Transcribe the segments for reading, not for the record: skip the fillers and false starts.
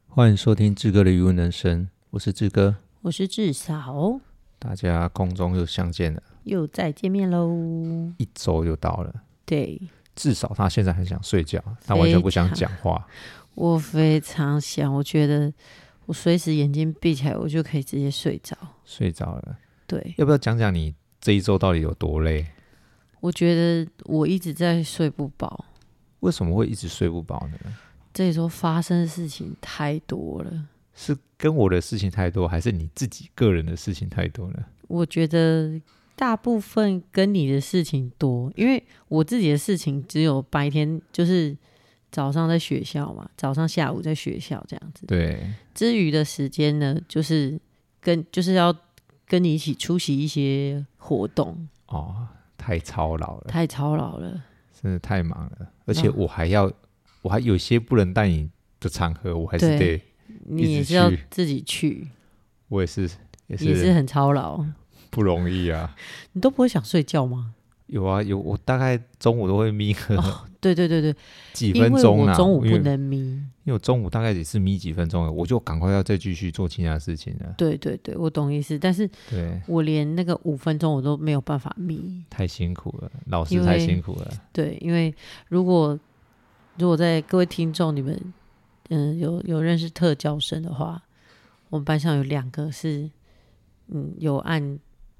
欢迎收听志哥的语文人生，我是志哥， 我是志嫂， 大家空中又相见了， 又再见面喽。 一周又到了。 对， 至少他现在很想睡觉，他完全不想讲话。 我非常想，我觉得我随时眼睛闭起来，我就可以直接睡着。 睡着了， 对， 要不要讲讲你这一周到底有多累？ 我觉得我一直在睡不饱。 为什么会一直睡不饱呢？ 这一周发生的事情太多了， 是跟我的事情太多，还是你自己个人的事情太多呢？ 我觉得大部分跟你的事情多，因为我自己的事情只有白天，就是早上在学校嘛，早上下午在学校这样子。 对， 之余的时间呢，就是要跟你一起出席一些活动。 哦，太操劳了， 太操劳了， 真的太忙了，而且我还有些不能带你的场合，我还是得你也是要自己去， 我也是很操劳， 不容易啊。 你都不会想睡觉吗？ 有啊有，我大概中午都会眯个、 对， 几分钟啊， 因为我中午不能眯， 因为我中午大概也是眯几分钟了，我就赶快要再继续做其他事情了。 对，我懂意思，但是我连那个5分钟我都没有办法眯， 太辛苦了，老师太辛苦了。 对，因为如果在各位听众你们有认识特教生的话，我们班上有2个是有案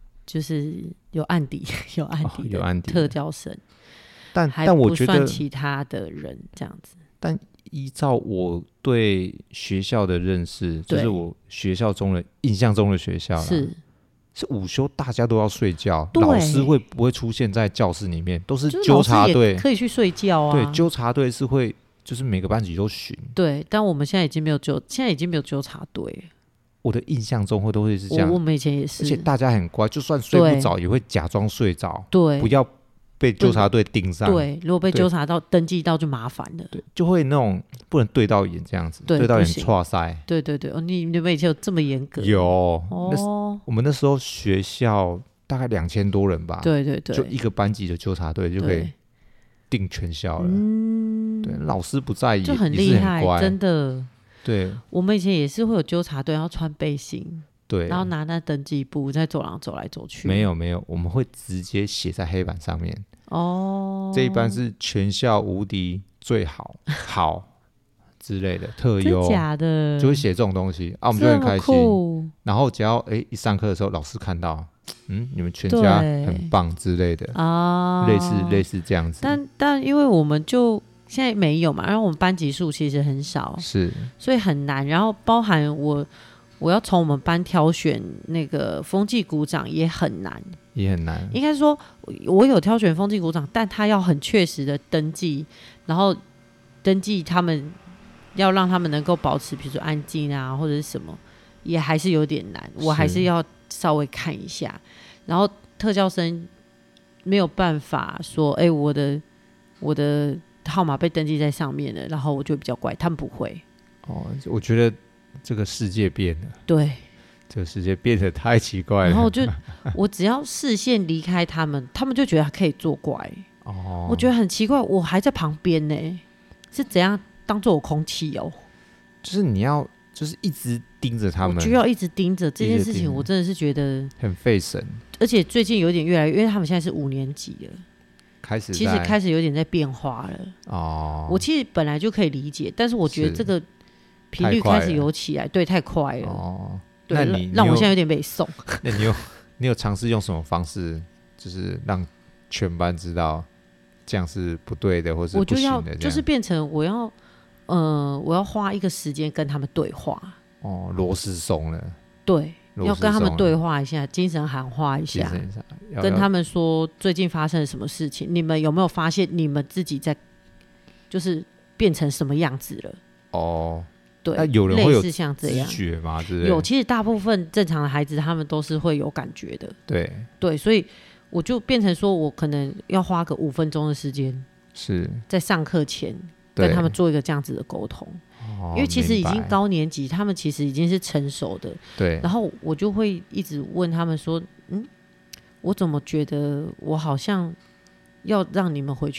底有案底的特教生，但我觉得不算其他的人这样子。 但依照我对学校的认识，就是我学校中的印象中的学校啦，是午休大家都要睡觉，老师会不会出现在教室里面？都是纠察队， 可以去睡觉啊。 对，纠察队是会，就是每个班级都巡。 对，但我们现在已经没有纠察队。 我的印象中都会是这样， 我们以前也是， 而且大家很乖，就算睡不着也会假装睡着， 对， 不要被纠察队盯上。 对，如果被纠察到登记到就麻烦了。 对，就会那种不能对到眼这样子，对到眼剉赛。对， 你们以前有这么严格？ 有哦，我们那时候学校大概2000多人吧， 对， 就一个班级的纠察队就可以定全校了。对，老师不在意就很厉害， 也是很乖， 真的。 对， 我们以前也是会有纠察队，要穿背心， 对， 然后拿那登记簿在走廊走来走去。 没有，我们会直接写在黑板上面。这一班是全校无敌最好之类的特优， 真假的， 就会写这种东西啊，我们就很开心。然后只要一上课的时候，老师看到，你们全家很棒之类的啊，类似这样子。 但因为我们就现在没有嘛，然后我们班级数其实很少， 是， 所以很难。然后包含我要从我们班挑选那个风纪股长也很难。应该说，我有挑选风纪股长，但他要很确实的登记，然后登记他们要让他们能够保持，比如说安静啊或者是什么，也还是有点难。我还是要稍微看一下。然后特教生没有办法说，我的号码被登记在上面了，然后我就比较乖，他们不会。 我觉得这个世界变了， 对， 这个世界变得太奇怪了。 然后我只要视线离开他们，他们就觉得可以作怪。我觉得很奇怪，我还在旁边呢，是怎样当做我空气哦？ 就是你要就是一直盯着他们， 我就要一直盯着这件事情，我真的是觉得很费神。 而且最近有点越来越，因为他们现在是5年级了。其实开始有点在变化了。我其实本来就可以理解，但是我觉得这个频率开始有起来，对，太快了。对，让我现在有点被送。 那你有尝试用什么方式，就是让全班知道这样是不对的，或是不行的？ 就是变成我要花一个时间跟他们对话。 螺丝松了。 对。要跟他们对话一下，精神喊话一下，跟他们说最近发生了什么事情，你们有没有发现你们自己在就是变成什么样子了？对， 那有人会有类似像这样知觉吗？ 有，其实大部分正常的孩子他们都是会有感觉的。对，所以我就变成说我可能要花个5分钟的时间，是在上课前跟他们做一个这样子的沟通。因为其实已经高年级，他们其实已经是成熟的。对，然后我就会一直问他们说：“我怎么觉得我好像要让你们回去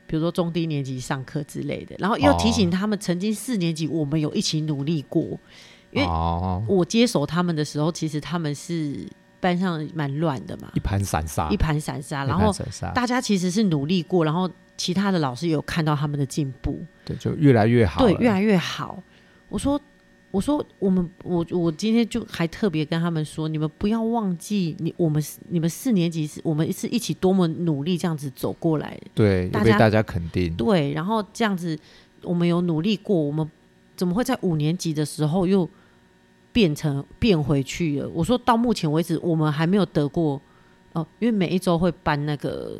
比如说中低年级上课之类的，然后又提醒他们曾经4年级我们有一起努力过，因为我接手他们的时候，其实他们是班上蛮乱的嘛， 一盘散沙， 然后大家其实是努力过，然后其他的老师有看到他们的进步， 对，就越来越好了， 对，越来越好。我说我今天就还特别跟他们说，你们不要忘记你们4年级我们是一起多么努力这样子走过来的， 对，被大家肯定， 对，然后这样子我们有努力过，我们怎么会在5年级的时候又变回去了？我说到目前为止我们还没有得过因为每一周会颁那个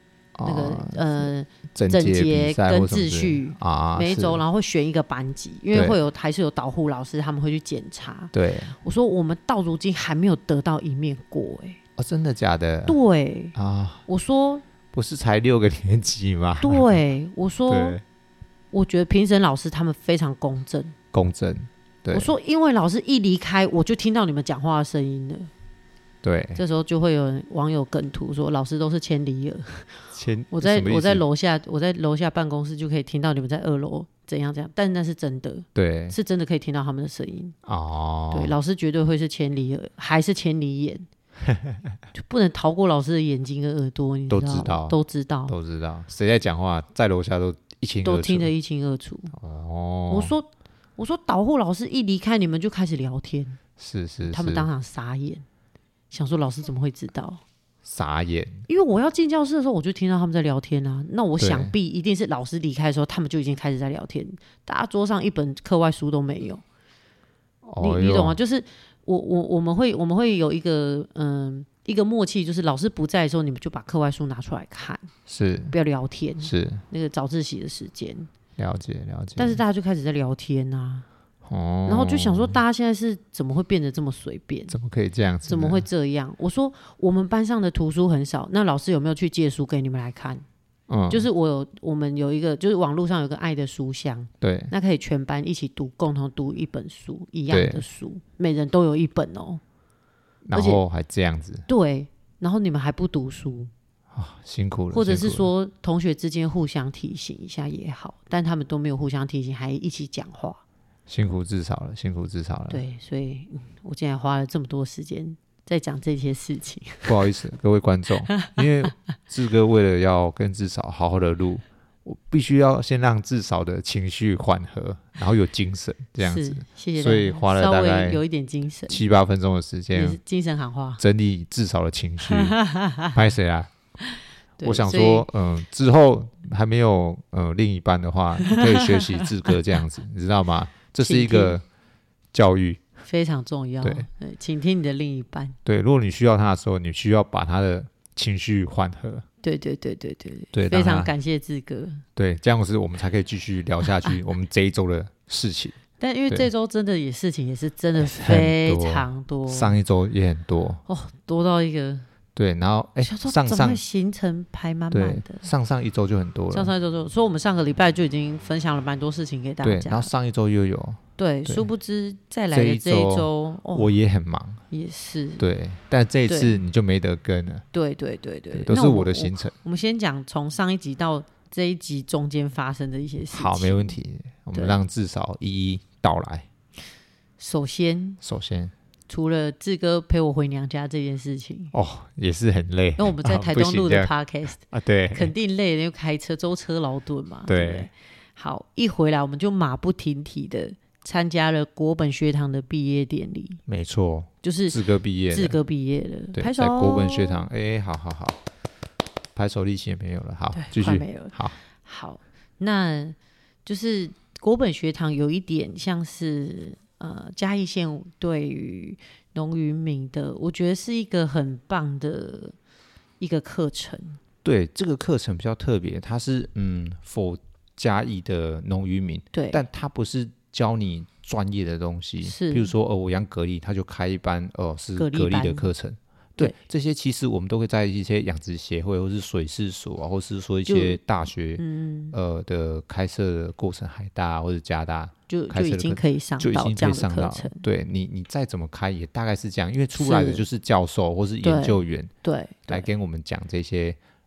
整洁跟秩序每一周，然后会选一个班级，因为还是有导护老师他们会去检查。 对， 我说我们到如今还没有得到一面过真的假的？ 对我说不是才6个年级吗？ 对，我说我觉得评审老师他们非常公正。对，我说因为老师一离开，我就听到你们讲话的声音了。 对， 这时候就会有网友梗图说老师都是千里耳。我在楼下办公室就可以听到你们在2楼怎样，但那是真的， 对， 是真的可以听到他们的声音。对，老师绝对会是千里耳，还是千里眼，就不能逃过老师的眼睛跟耳朵，你知道都知道， 谁在讲话，在楼下都一清二楚， 都听得一清二楚。我说导护老师一离开，你们就开始聊天， 是， 他们当场傻眼，想说老师怎么会知道？ 傻眼，因为我要进教室的时候，我就听到他们在聊天啊。那我想必一定是老师离开的时候，他们就已经开始在聊天。大家桌上一本课外书都没有，你懂吗？就是我们会有一个默契，就是老师不在的时候，你们就把课外书拿出来看， 是不要聊天， 是那个早自习的时间。 了解。 但是大家就开始在聊天啊。然后就想说大家现在是怎么会变得这么随便， 怎么可以这样子， 怎么会这样？我说我们班上的图书很少，那老师有没有去借书给你们来看？就是我们有一个，就是网络上有个爱的书箱， 对， 那可以全班一起读，共同读一本书，一样的书，每人都有一本然后还这样子， 对，然后你们还不读书辛苦了， 或者是说同学之间互相提醒一下也好，但他们都没有互相提醒，还一起讲话。 辛苦至少了。 对，所以我今天花了这么多时间在讲这些事情。 不好意思，各位观众，因为志哥为了要跟志嫂好好的录，我必须要先让志嫂的情绪缓和，然后有精神这样子。 谢谢。 所以花了大概稍微有一点精神 7-8分钟的时间， 精神喊话， 整理志嫂的情绪。拍谁啊？我想说，之后还没有另一半的话，你可以学习志哥这样子，你知道吗？这是一个教育， 非常重要。对，请听你的另一半。 对，如果你需要他的时候，你需要把他的情绪缓和。 对，非常感谢志哥。 对，这样子我们才可以继续聊下去我们这一周的事情。 但因为这周真的事情也是真的非常多， 上一周也很多多到一个。 对，然后怎么会行程排满满的？ 上一周就很多了， 上一周所以我们上个礼拜就已经分享了蛮多事情给大家。 对，然后上一周又有， 对，殊不知再来的这一周我也很忙， 也是对，但这一次你就没得跟了。 对， 都是我的行程。 我们先讲从上一集到这一集中间发生的一些事情。 好，没问题，我们让至少一一道来。 首先除了志哥陪我回娘家这件事情也是很累， 因为我们在台东录的 podcast 对， 肯定累，因为开车舟车劳顿嘛， 对不对？好，一回来我们就马不停蹄的参加了国本学堂的毕业典礼。 没错， 就是志哥毕业了， 对，拍手。 在国本学堂，好，拍手力气也没有了，好，继续， 没有了，好，那就是国本学堂有一点像是嘉义县对于农渔民的，我觉得是一个很棒的一个课程。 对，这个课程比较特别，它是for嘉义的农渔民， 对， 但它不是教你专业的东西， 是， 譬如说我养蛤蜊，他就开一班是蛤蜊的课程。对，这些其实我们都会在一些养殖协会或是水事所或是说一些大学的开设的过程，海大或者嘉大就已经可以上到这样的课程。 对，你再怎么开也大概是这样，因为出来的就是教授或是研究员， 对， 来跟我们讲这些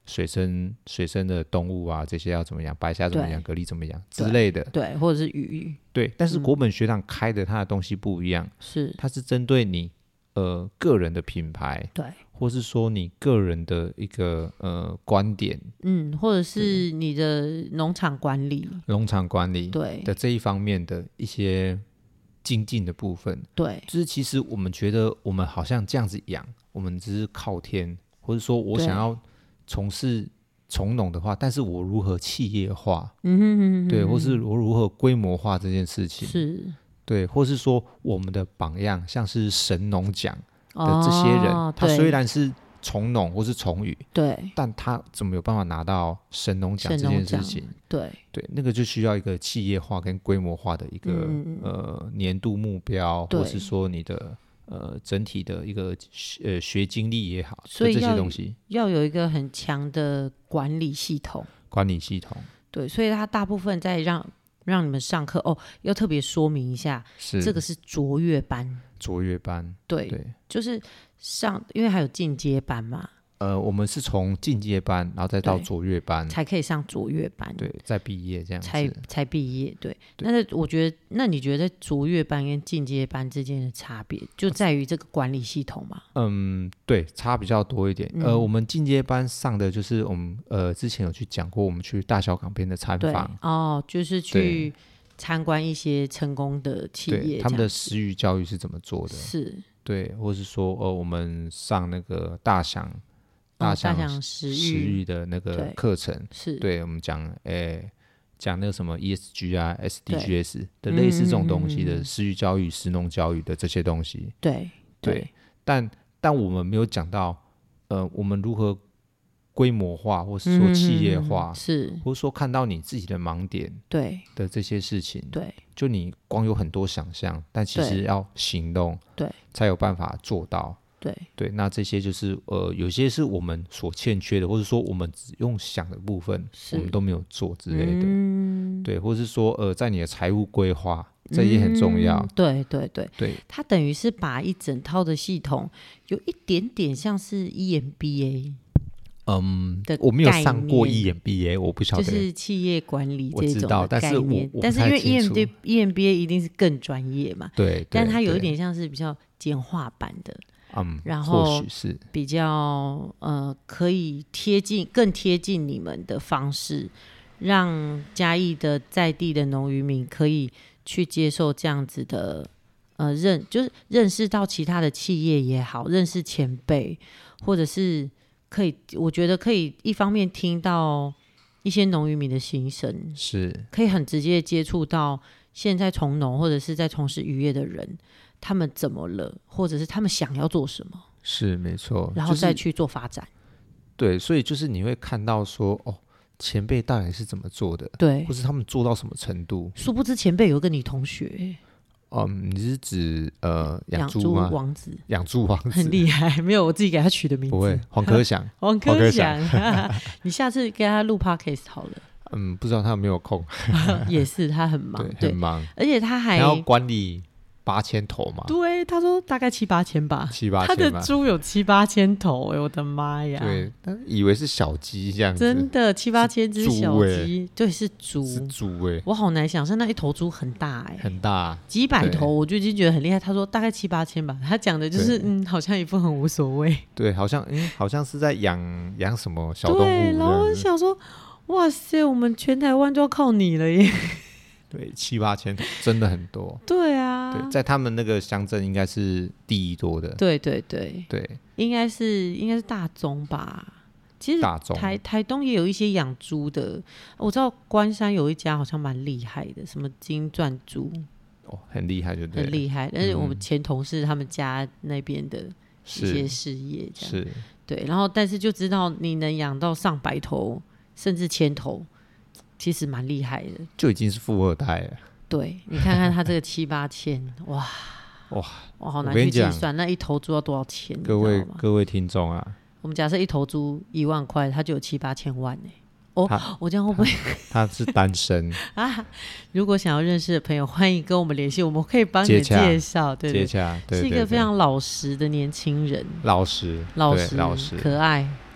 水生的动物啊，这些要怎么养，白虾怎么养，蛤蜊怎么养之类的， 对，或者是鱼， 对。但是国本学堂开的它的东西不一样， 是它是针对你个人的品牌， 对， 或是说你个人的一个观点， 或者是你的农场管理对的这一方面的一些精进的部分， 对， 就是其实我们觉得我们好像这样子养，我们只是靠天，或者说我想要从事从农的话，但是我如何企业化，对，或是我如何规模化这件事情， 是。 对，或是说我们的榜样，像是神农奖的这些人，他虽然是从农或是从语， 对， 但他怎么有办法拿到神农奖这件事情？ 对， 那个就需要一个企业化跟规模化的一个年度目标，或是说你的整体的一个学经历也好， 所以这些东西要有一个很强的管理系统。对，所以他大部分在让你们上课要特别说明一下，这个是卓越班，对，就是因为还有进阶班嘛。 我们是从进阶班，然后再到卓越班， 才可以上卓越班， 对，再毕业这样子， 才毕业，对。但是我觉得，那你觉得卓越班跟进阶班之间的差别，就在于这个管理系统吗？ 对，差比较多一点。我们进阶班上的就是我们之前有去讲过，我们去大小港边的参访， 就是去参观一些成功的企业， 他们的食育教育是怎么做的， 是， 对，或是说我们上那个大祥食育的那个课程， 是， 对，我们讲那个什么 ESG 啊 SDGs 的类似这种东西的食育教育、食农教育的这些东西， 对， 但我们没有讲到我们如何规模化，或是说企业化， 是， 或者说看到你自己的盲点，对的这些事情，对，就你光有很多想象，但其实要行动，对，才有办法做到。对，那这些就是有些是我们所欠缺的，或者说我们只用想的部分，我们都没有做之类的，对，或是说在你的财务规划，这也很重要。 对，它等于是把一整套的系统，有一点点像是 EMBA。 我没有上过 EMBA， 我不晓得， 就是企业管理这种的概念， 但是因为 EMBA 一定是更专业嘛， 对， 但它有一点像是比较简化版的。然后或许是比较可以更贴近你们的方式，让嘉义的在地的农渔民可以去接受这样子的就是认识到其他的企业也好，认识前辈，或者是我觉得可以一方面听到一些农渔民的心声，是可以很直接接触到现在从农或者是在从事渔业的人，他们怎么了，或者是他们想要做什么， 是没错， 然后再去做发展。 对，所以就是你会看到说前辈到底是怎么做的， 对， 或是他们做到什么程度。 殊不知前辈有一个你同学， 你是指养猪吗？养猪王子很厉害，没有我自己给他取的名字， 不会，黄科祥黄科祥你下次给他录 podcast 好了。 不知道他有没有空也是他很忙， 对，很忙， 而且他还要管理8000头嘛？ 对，他说大概7-8千吧 ，7-8千， 他的猪有7-8千头，我的妈呀！ 对，他以为是小鸡这样子， 真的7-8千只小鸡，对，是猪我好难想象那一头猪很大很大， 几百头我就已经觉得很厉害。他说大概7-8千吧，他讲的就是好像一副很无所谓， 对，好像是在养什么小动物，对， 然后我想说，哇塞，我们全台湾就要靠你了耶！ 对，7-8千真的很多。 对啊， 对，在他们那个乡镇应该是第一多的。 对，应该是大宗吧。其实台东也有一些养猪的，我知道关山有一家好像蛮厉害的，什么金钻猪， 很厉害，就对， 很厉害。但是我们前同事他们家那边的一些事业，这样是，对。然后但是就知道你能养到上百头甚至1000头。其实蛮厉害的， 就已经是富二代了。 对，你看看他这个7-8千，哇，好难去计算，那一头猪要多少钱？ 各位听众啊， 我们假设一头猪1万块，他就有7-8千万呢。我这样会不会？ 他是单身啊？如果想要认识的朋友，欢迎跟我们联系，我们可以帮你介绍。对， 接洽，对， 是一个非常老实的年轻人， 老实， 可爱。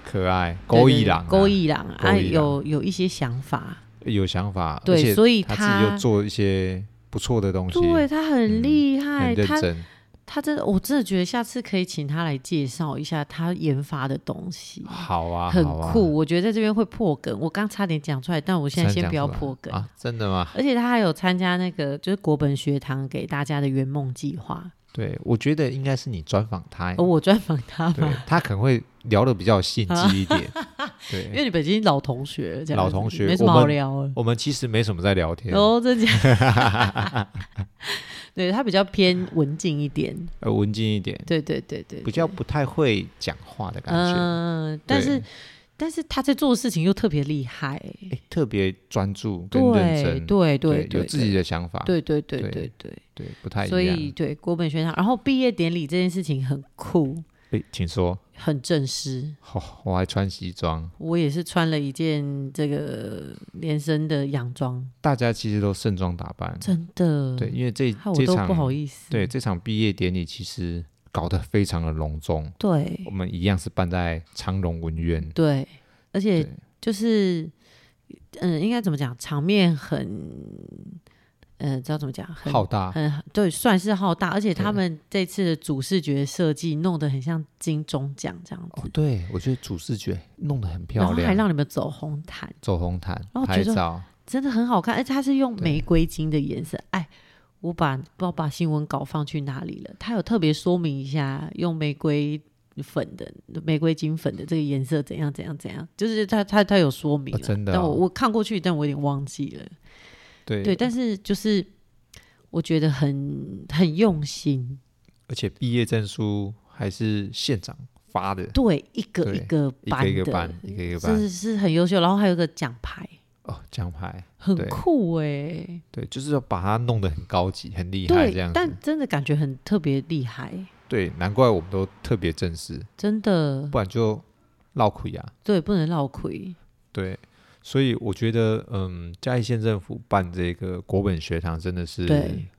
可爱，勾一郎， 勾一郎啊，有一些想法， 有想法， 对，所以他自己又做一些不错的东西， 对，他很厉害， 很认真。 他真的，我真的觉得下次可以请他来介绍一下他研发的东西。 好啊， 很酷，我觉得在这边会破梗。我刚差点讲出来，但我现在先不要破梗啊！真的吗？ 而且他还有参加那个就是国本学堂给大家的圆梦计划。 对，我觉得应该是你专访他， 我专访他嘛， 他可能会聊得比较有兴致一点。对，因为你们已经老同学， 老同学没什么好聊了。 我们其实没什么在聊天哦，真的。对，他比较偏文静一点， 文静一点， 对， 比较不太会讲话的感觉。 但是他在做的事情又特别厉害， 特别专注跟认真， 对， 有自己的想法， 对， 不太一样。 所以对国本学堂，然后毕业典礼这件事情很酷。 请说。 很正式， 我还穿西装， 我也是穿了一件这个连身的洋装， 大家其实都盛装打扮， 真的。 对，因为这场不好意思， 对，这场毕业典礼其实搞得非常的隆重， 对， 我们一样是办在长荣文苑， 对，而且就是应该怎么讲，场面很知道怎么讲， 浩大， 对，算是浩大，而且他们这次的主视觉设计弄得很像金钟奖这样子。 对，我觉得主视觉弄得很漂亮，然后还让你们走红毯， 拍照， 真的很好看，而且它是用玫瑰金的颜色。我不知道把新闻稿放去哪里了，他有特别说明一下，用玫瑰金粉的这个颜色怎样，就是他有说明了， 真的。 但我看过去，但我有点忘记了。对，但是就是我觉得很用心， 而且毕业证书还是县长发的， 对，一个一个颁的，是很优秀，然后还有个奖牌， 奖牌很酷对，就是要把它弄得很高级、很厉害这样子， 但真的感觉很特别厉害， 对，难怪我们都特别正式， 真的， 不然就落亏啊， 对，不能落亏， 对。所以我觉得，嘉义县政府办这个国本学堂真的是，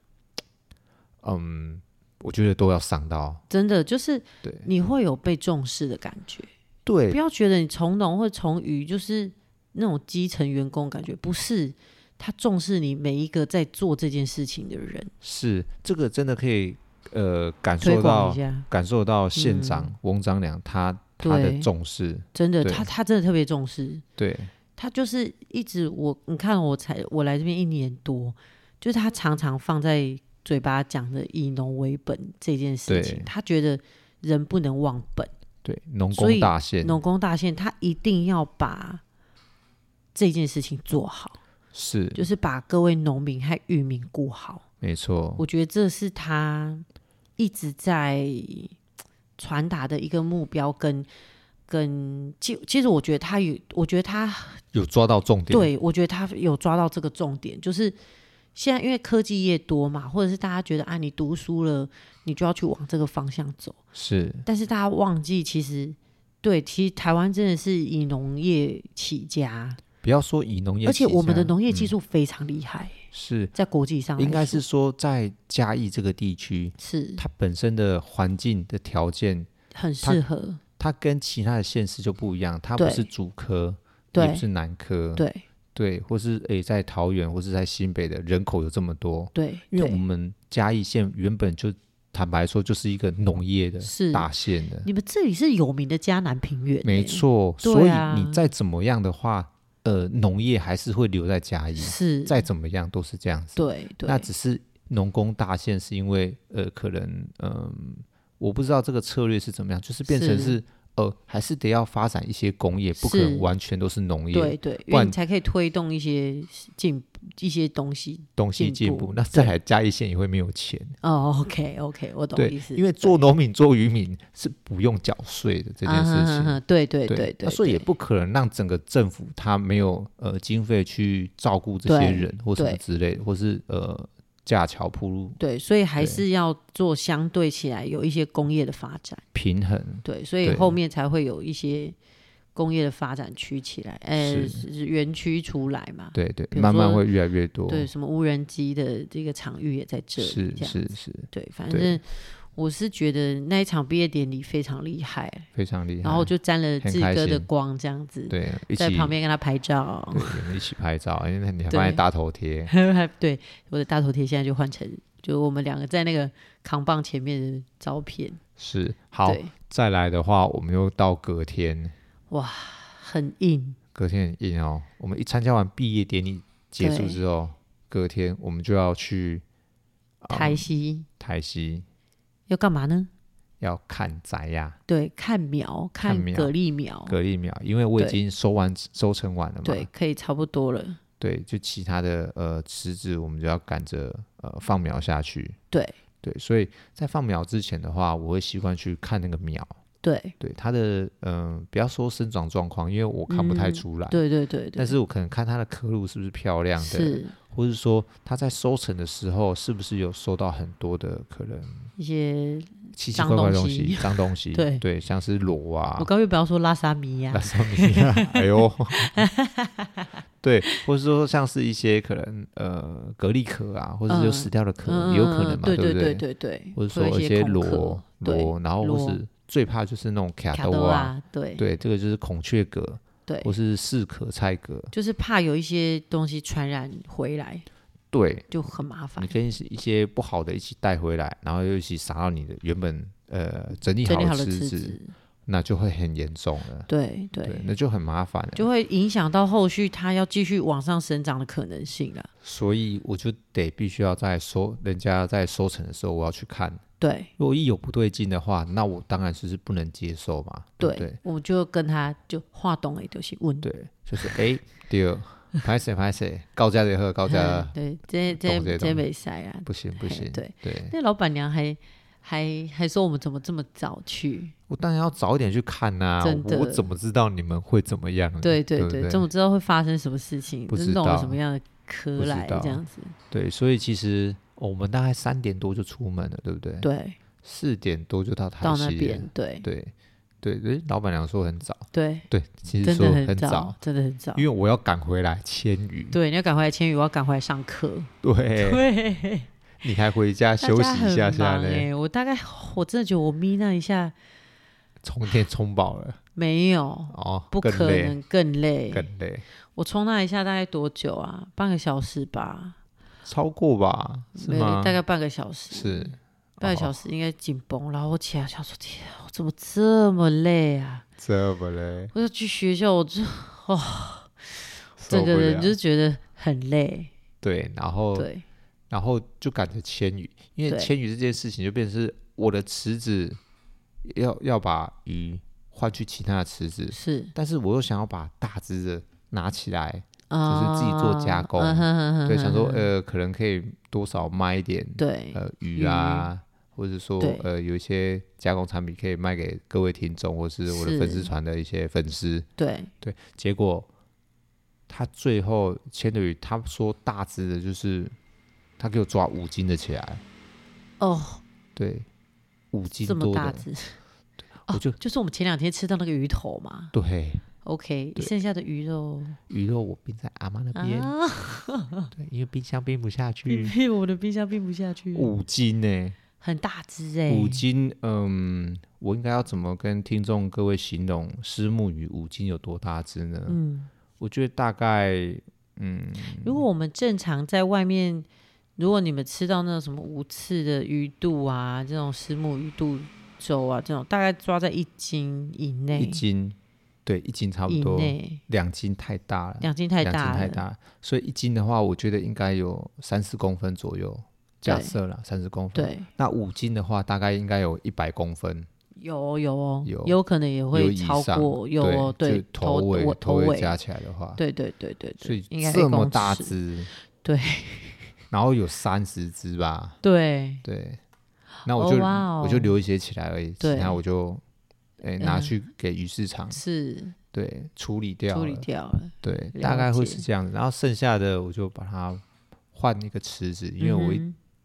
我觉得都要上到， 真的就是你会有被重视的感觉。 对， 不要觉得你从农或从渔就是那种基层员工感觉，不是，他重视你每一个在做这件事情的人。 是，这个真的可以感受到县长翁章良他的重视， 真的，他真的特别重视， 对。 他就是一直你看我来这边1年多，就是他常常放在嘴巴讲的以农为本这件事情，他觉得人不能忘本， 对，农工大县他一定要把这件事情做好， 是， 就是把各位农民和渔民顾好， 没错， 我觉得这是他一直在传达的一个目标其实我觉得他有抓到重点， 对，我觉得他有抓到这个重点，就是现在因为科技业多嘛，或者是大家觉得你读书了，你就要去往这个方向走， 是， 但是大家忘记其实台湾真的是以农业起家， 不要说以农业起家， 而且我们的农业技术非常厉害， 是在国际上应该是说在嘉义这个地区， 是它本身的环境的条件很适合。 它跟其他的县市就不一样，它不是主科，也不是南科，对，或是在桃园或是在新北的人口有这么多， 对， 因为我们嘉义县原本就坦白说就是一个农业的大县的， 你们这里是有名的嘉南平原， 没错，所以你再怎么样的话，农业还是会留在嘉义， 是，再怎么样都是这样子， 对， 那只是农工大县是因为可能我不知道这个策略是怎么样，就是变成是还是得要发展一些工业，不可能完全都是农业， 对，因为你才可以推动一些东西进步。 那再来嘉义县也会没有钱 OK， 我懂意思。 因为做农民做渔民是不用缴税的这件事情， 对， 所以也不可能让整个政府他没有经费去照顾这些人或什么之类的，或是架桥铺路， 对，所以还是要做相对起来有一些工业的发展平衡， 对，所以后面才会有一些工业的发展区起来，园区出来嘛， 对对，慢慢会越来越多。 对，什么无人机的这个场域也在这里，是，对，反正我是觉得那一场毕业典礼非常厉害，非常厉害，然后就沾了志哥的光，这样子， 对， 在旁边跟他拍照， 对，我们一起拍照，因为你还放在大头贴， 对，我的大头贴现在就换成就我们两个在那个扛棒前面的照片。 是，好，再来的话，我们又到隔天， 哇，很硬， 隔天很硬哦。我们一参加完毕业典礼结束之后，隔天我们就要去台西，要干嘛呢？ 要看宅呀， 对，看苗，看蛤蜊苗， 因为我已经收成完了嘛， 对，可以差不多了。 对，就其他的池子，我们就要赶着放苗下去。对，所以在放苗之前的话，我会习惯去看那个苗。对，它的不要说生长状况，因为我看不太出来。对，但是我可能看它的壳路是不是漂亮的，是，或是说它在收成的时候是不是有收到很多的可能一些奇奇怪怪的东西，脏东西。对，像是螺啊。 我刚才不要说拉沙米呀， 哎呦，对，或是说像是一些可能蛤蜊壳啊，或者是有死掉的壳，也有可能嘛，对不对？或者说一些螺，然后或是最怕就是那种卡多啊，对，这个就是孔雀蛤，对，或是四壳菜蛤， 就是怕有一些东西传染回来， 对， 就很麻烦。 你跟一些不好的一起带回来，然后又一起撒到你的原本整理好的池子，那就会很严重了。对，那就很麻烦了， 就会影响到后续它要继续往上生长的可能性了。 所以我就必须要在人家在收成的时候，我要去看。 对， 如果一有不对劲的话，那我当然就是不能接受嘛。对， 我就跟他就话懂了，就是问。 对，就是对，拍谁，高价的喝高价。 对，这没塞啊， 不行。对， 那老板娘还说我们怎么这么早去？ 我当然要早一点去看啊！我怎么知道你们会怎么样？ 对，怎么知道会发生什么事情？不知道弄什么样的科来这样子。 对，所以其实我们大概3点多就出门了，对不对？对，4点多就到台西了。到那边，对，老板娘说很早。对，其实说很早， 真的很早， 因为我要赶回来签鱼。 对，你要赶回来签鱼，我要赶回来上课。 对。你还回家休息一下下呢？ 我真的觉得我眯那一下， 充电充饱了没有？不可能，更累。我充那一下大概多久啊？半个小时吧？ 超过吧？是吗？ 大概半个小时。是半个小时应该紧绷。然后我起来想说：天啊，我怎么这么累啊？ 这么累？ 我要去学校，我就整个人就觉得很累。 对，然后就赶着签鱼，因为签鱼这件事情就变成是我的池子要把鱼换去其他的池子，是，但是我又想要把大只的拿起来，就是自己做加工，对，想说可能可以多少卖一点，对，鱼啊，或者说有一些加工产品可以卖给各位听众或是我的粉丝团的一些粉丝，对，结果他最后签的鱼，他说大只的就是他给我抓5斤的起来，对，5斤多的，这么大只， 就是我们前2天吃到那个鱼头嘛， 对 ，OK， 剩下的鱼肉我冰在阿妈那边，对，因为冰箱冰不下去， 我的冰箱冰不下去 ，5斤呢， 很大只 5斤，我应该要怎么跟听众各位形容虱目鱼5斤有多大只呢？我觉得大概， 如果我们正常在外面。如果你们吃到那种什么无刺的鱼肚啊，这种虱目鱼肚粥啊，这种大概抓在1斤以内。 1斤，对，1斤差不多。2斤太大了。2斤太大了。所以1斤的话，我觉得应该有30公分左右，假设啦，30公分。对。那5斤的话，大概应该有100公分。有可能也会超过，对，头尾加起来的话， 对， 所以这么大只， 对。 然后有30只吧， 对， 那我就留一些起来而已，其他我就拿去给鱼市场，是，对，处理掉了，对，大概会是这样子。然后剩下的我就把它换一个池子，因为我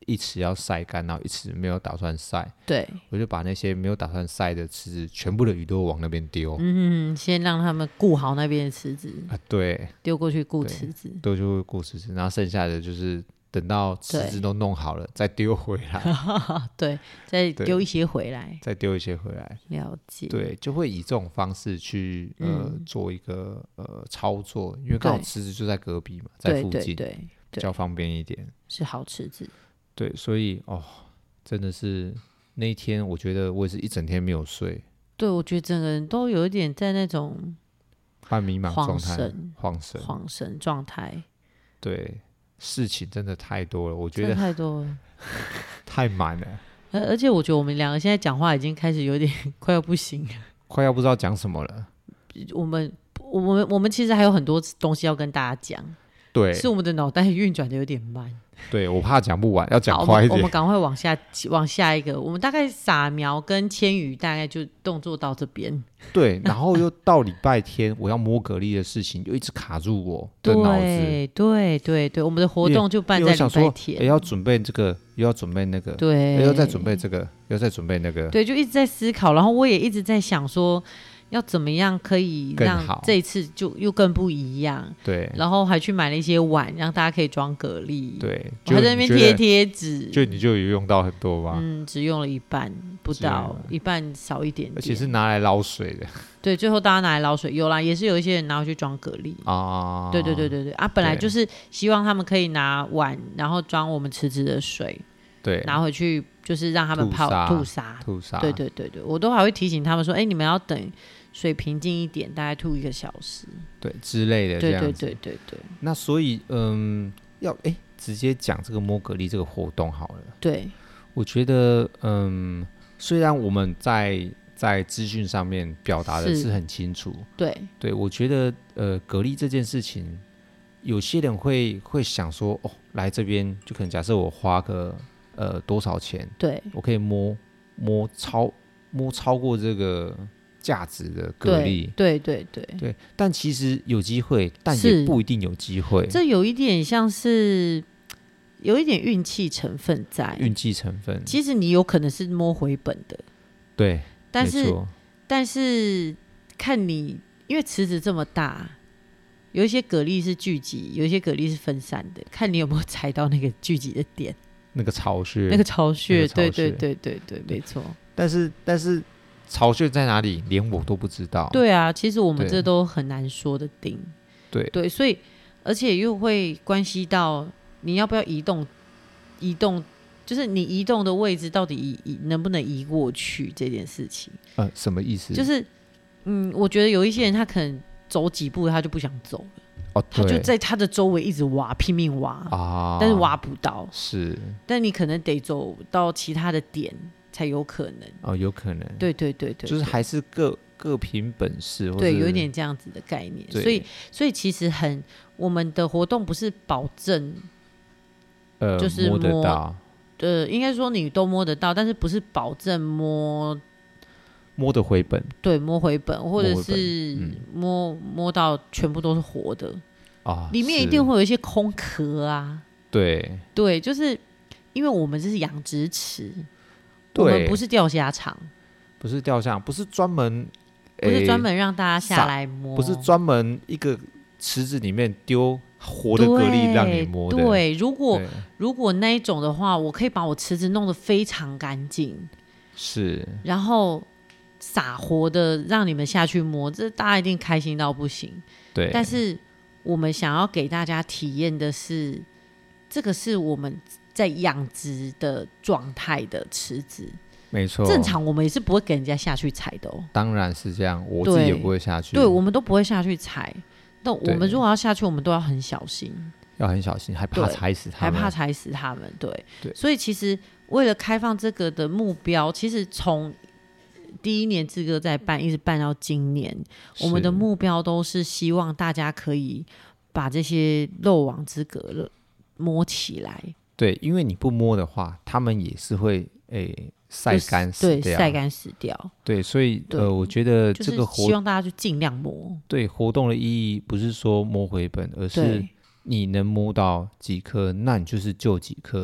一池要晒干，然后一池没有打算晒， 对， 我就把那些没有打算晒的池子全部的鱼都往那边丢。 先让他们顾好那边的池子啊，对， 丢过去顾池子， 都就会顾池子，然后剩下的就是等到池子都弄好了再丢回来。 对，再丢一些回来， 再丢一些回来。 了解。 对，就会以这种方式去做一个操作，因为刚好池子就在隔壁嘛，在附近，对，比较方便一点， 是好池子。 对，所以真的是那一天，我觉得我也是一整天没有睡。 对，我觉得整个人都有一点在那种半迷茫状态， 恍神状态。 对，事情真的太多了，我觉得太多了， 太满了。 而且我觉得我们两个现在讲话已经开始有点快要不行了， 快要不知道讲什么了。 我们其实还有很多东西要跟大家讲， 对， 是我们的脑袋运转的有点慢。 对，我怕讲不完，要讲快一点。 我们赶快往下一个。我们大概撒苗跟牵鱼大概就动作到这边。 对，然后又到礼拜天，我要摸蛤蜊的事情就一直卡住我的脑子。 对，我们的活动就办在礼拜天。 要准备这个，又要准备那个， 对， 又再准备这个，又再准备那个。 对，就一直在思考，然后我也一直在想说，要怎么样可以让这一次就又更不一样。 对， 然后还去买了一些碗，让大家可以装蛤蜊。 对， 我还在那边贴贴纸， 你就有用到很多吧？ 只用了一半不到，一半少一点点， 而且是拿来捞水的。 对，最后大家拿来捞水，有啦，也是有一些人拿回去装蛤蜊啊。对啊，本来就是希望他们可以拿碗，然后装我们池子的水，对，拿回去就是让他们吐沙。对，我都还会提醒他们说，你们要等水平静一点，大概吐1个小时， 对之类的这样子。 对。 那所以要直接讲这个摸蛤蜊这个活动好了。对，我觉得虽然我们在资讯上面表达的是很清楚，对，我觉得蛤蜊这件事情，有些人会想说，来这边就可能假设我花个多少钱，对，我可以摸超过这个价值的蛤蜊，对，但其实有机会，但也不一定有机会。 这有一点像是有一点运气成分在，其实你有可能是摸回本的， 对， 但是看你，因为池子这么大，有一些蛤蜊是聚集，有一些蛤蜊是分散的，看你有没有踩到那个聚集的点， 那个巢穴， 对，没错。 但是巢穴在哪里，连我都不知道。 对啊，其实我们这都很难说的定。对，所以而且又会关系到你要不要移动，就是你移动的位置到底能不能移过去这件事情。 什么意思？ 就是我觉得有一些人他可能走几步他就不想走了，他就在他的周围一直挖，拼命挖但是挖不到。是，但你可能得走到其他的点才有可能。 有可能。对，就是还是各凭本事。 对，有一点这样子的概念。所以其实我们的活动不是保证就是摸得到。 应该说你都摸得到，但是不是保证摸得回本。对， 摸回本，或者是摸到全部都是活的里面一定会有一些空壳啊。对，就是因为我们这是养殖池，我们不是钓虾场， 不是专门让大家下来摸， 不是专门一个池子里面丢活的蛤蜊让你摸的。 对，如果那一种的话，我可以把我池子弄得非常干净，是，然后撒活的让你们下去摸，这大家一定开心到不行。对，但是我们想要给大家体验的是，这个是我们在养殖的状态的池子。没错，正常我们也是不会给人家下去踩的当然是这样，我自己也不会下去。 对，我们都不会下去踩。但我们如果要下去，我们都要很小心， 还怕踩死他们。对，所以其实为了开放这个的目标，其实从第1年志哥在办，一直办到今年，我们的目标都是希望大家可以把这些漏网之蛤摸起来。 对，因为你不摸的话，他们也是会晒干死掉。 对，晒干死掉。 对，所以我觉得这个就是希望大家去尽量摸。 对，活动的意义不是说摸回本，而是你能摸到几颗，那你就是救几颗。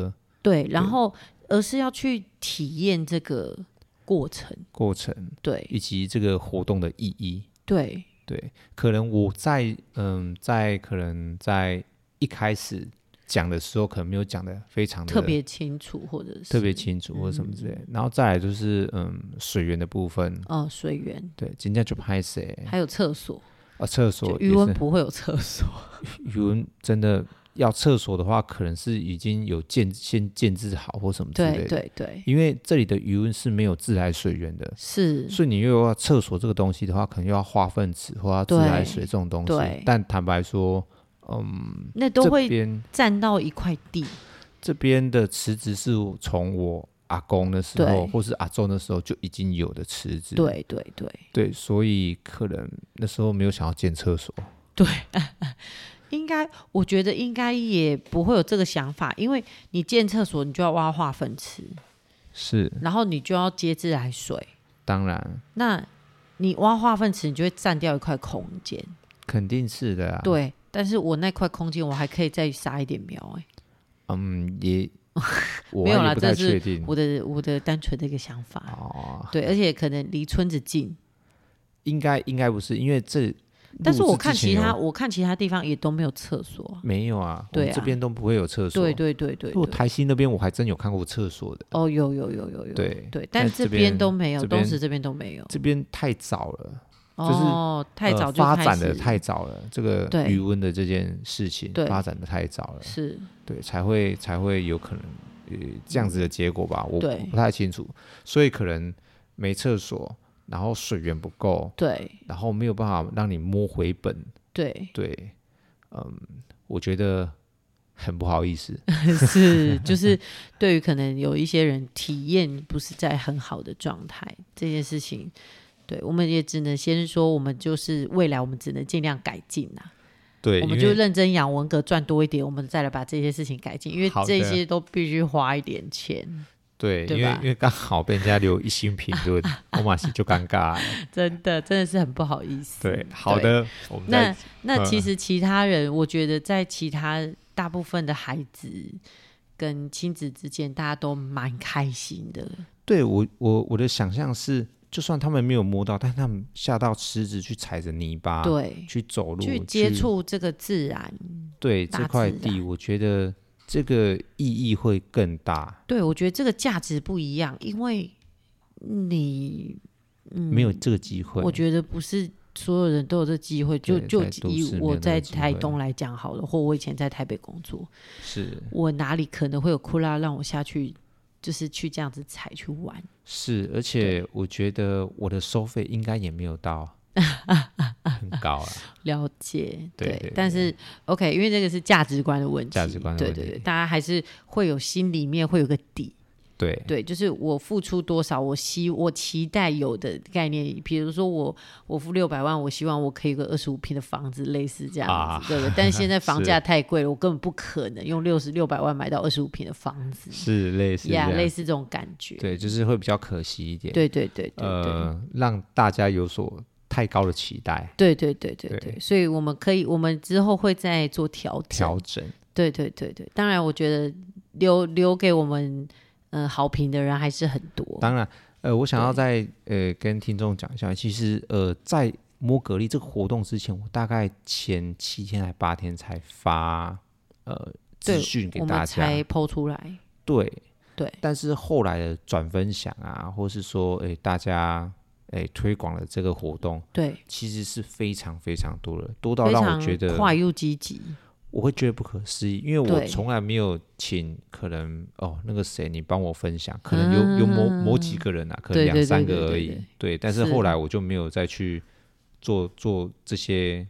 对，然后而是要去体验这个过程， 对，以及这个活动的意义。 对， 可能我可能在一开始讲的时候，可能没有讲的非常的特别清楚，或者是特别清楚，或者什么之类的。然后再来就是水源的部分。 水源，对， 真的就拍摄， 还有厕所厕所渔堰不会有厕所， 渔堰真的要厕所的话，可能是已经有先建制好或什么之类的。 对， 因为这里的渔堰是没有自来水源的， 是， 所以你又要厕所这个东西的话，可能又要化粪池或要自来水这种东西。但坦白说， 那都会占到一块地。 这边的池子是从我阿公的时候或是阿周的时候就已经有的池子。对，所以可能那时候没有想要建厕所。 对我觉得应该也不会有这个想法，因为你建厕所你就要挖化粪池， 是， 然后你就要接自来水， 当然那你挖化粪池你就会占掉一块空间， 肯定是的啊。 对，但是我那块空间我还可以再撒一点苗。 也没有啦，这是我的单纯的一个想法。对，而且可能离村子近， 应该不是，因为但是我看其他地方也都没有厕所。 没有啊，对啊，这边都不会有厕所。 对， 我台西那边我还真有看过厕所的。 有，对，但这边都没有，东石这边都没有。 这边太早了，就是太早就发展的太早了，这个渔堰的这件事情发展的太早了， 是， 对，才会有可能这样子的结果吧，我不太清楚，所以可能没厕所，然后水源不够， 对， 然后没有办法让你摸回本，对，我觉得很不好意思， 是，就是对于可能有一些人体验不是在很好的状态这件事情。对，我们也只能先说，我们就是未来我们只能尽量改进啦。 对， 我们就认真养文革赚多一点，我们再来把这些事情改进，因为这些都必须花一点钱。 对，因为刚好被人家留一星评论，我马上就尴尬了。 真的是很不好意思。 对，好的，我们那其实其他人，我觉得在其他大部分的孩子跟亲子之间，大家都蛮开心的。 对，我的想象是，就算他们没有摸到，但他们下到池子去踩着泥巴， 对， 去走路， 去接触这个自然， 对这块地，我觉得这个意义会更大。 对，我觉得这个价值不一样，因为你没有这个机会。 我觉得不是所有人都有这个机会，就以我在台东来讲好了，或我以前在台北工作， 是我哪里可能会有库拉让我下去，就是去这样子踩去玩。 是，而且我觉得我的收费应该也没有到很高啊。 了解， 对， 但是 OK， 因为这个是价值观的问题， 对， 大家还是会有心里面会有个底。 对， 就是我付出多少，我期待有的概念，比如说我付600万，我希望我可以有个25坪的房子，类似这样子，对不对？但是现在房价太贵了，我根本不可能用600万买到25坪的房子， 是类似类似这种感觉， 对，就是会比较可惜一点， 对， 让大家有所太高的期待， 对，所以我们之后会再做调整，对，当然我觉得留给我们好评的人还是很多。 当然我想要再跟听众讲一下，其实在摸蛤蜊这个活动之前，我大概前7天还8天才发资讯给大家，我们才 po 出来。对， 但是后来的转分享啊，或是说大家推广了这个活动，对，其实是非常非常多的，多到让我觉得快又积极， 我会觉得不可思议，因为我从来没有请可能那个谁你帮我分享，可能有某几个人啊，可能2、3个而已，对，但是后来我就没有再去做这些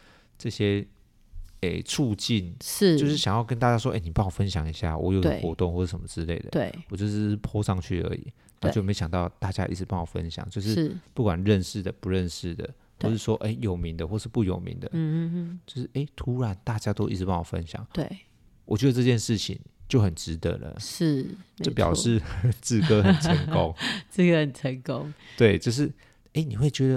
促进，就是想要跟大家说，你帮我分享一下，我有个活动或者什么之类的，对，我就是 po 上去而已，那就没想到大家一直帮我分享，就是不管认识的不认识的，或是说有名的或是不有名的，就是突然大家都一直帮我分享，对，我觉得这件事情就很值得了，是，就表示志哥很成功， 这个很成功， 对，就是你会觉得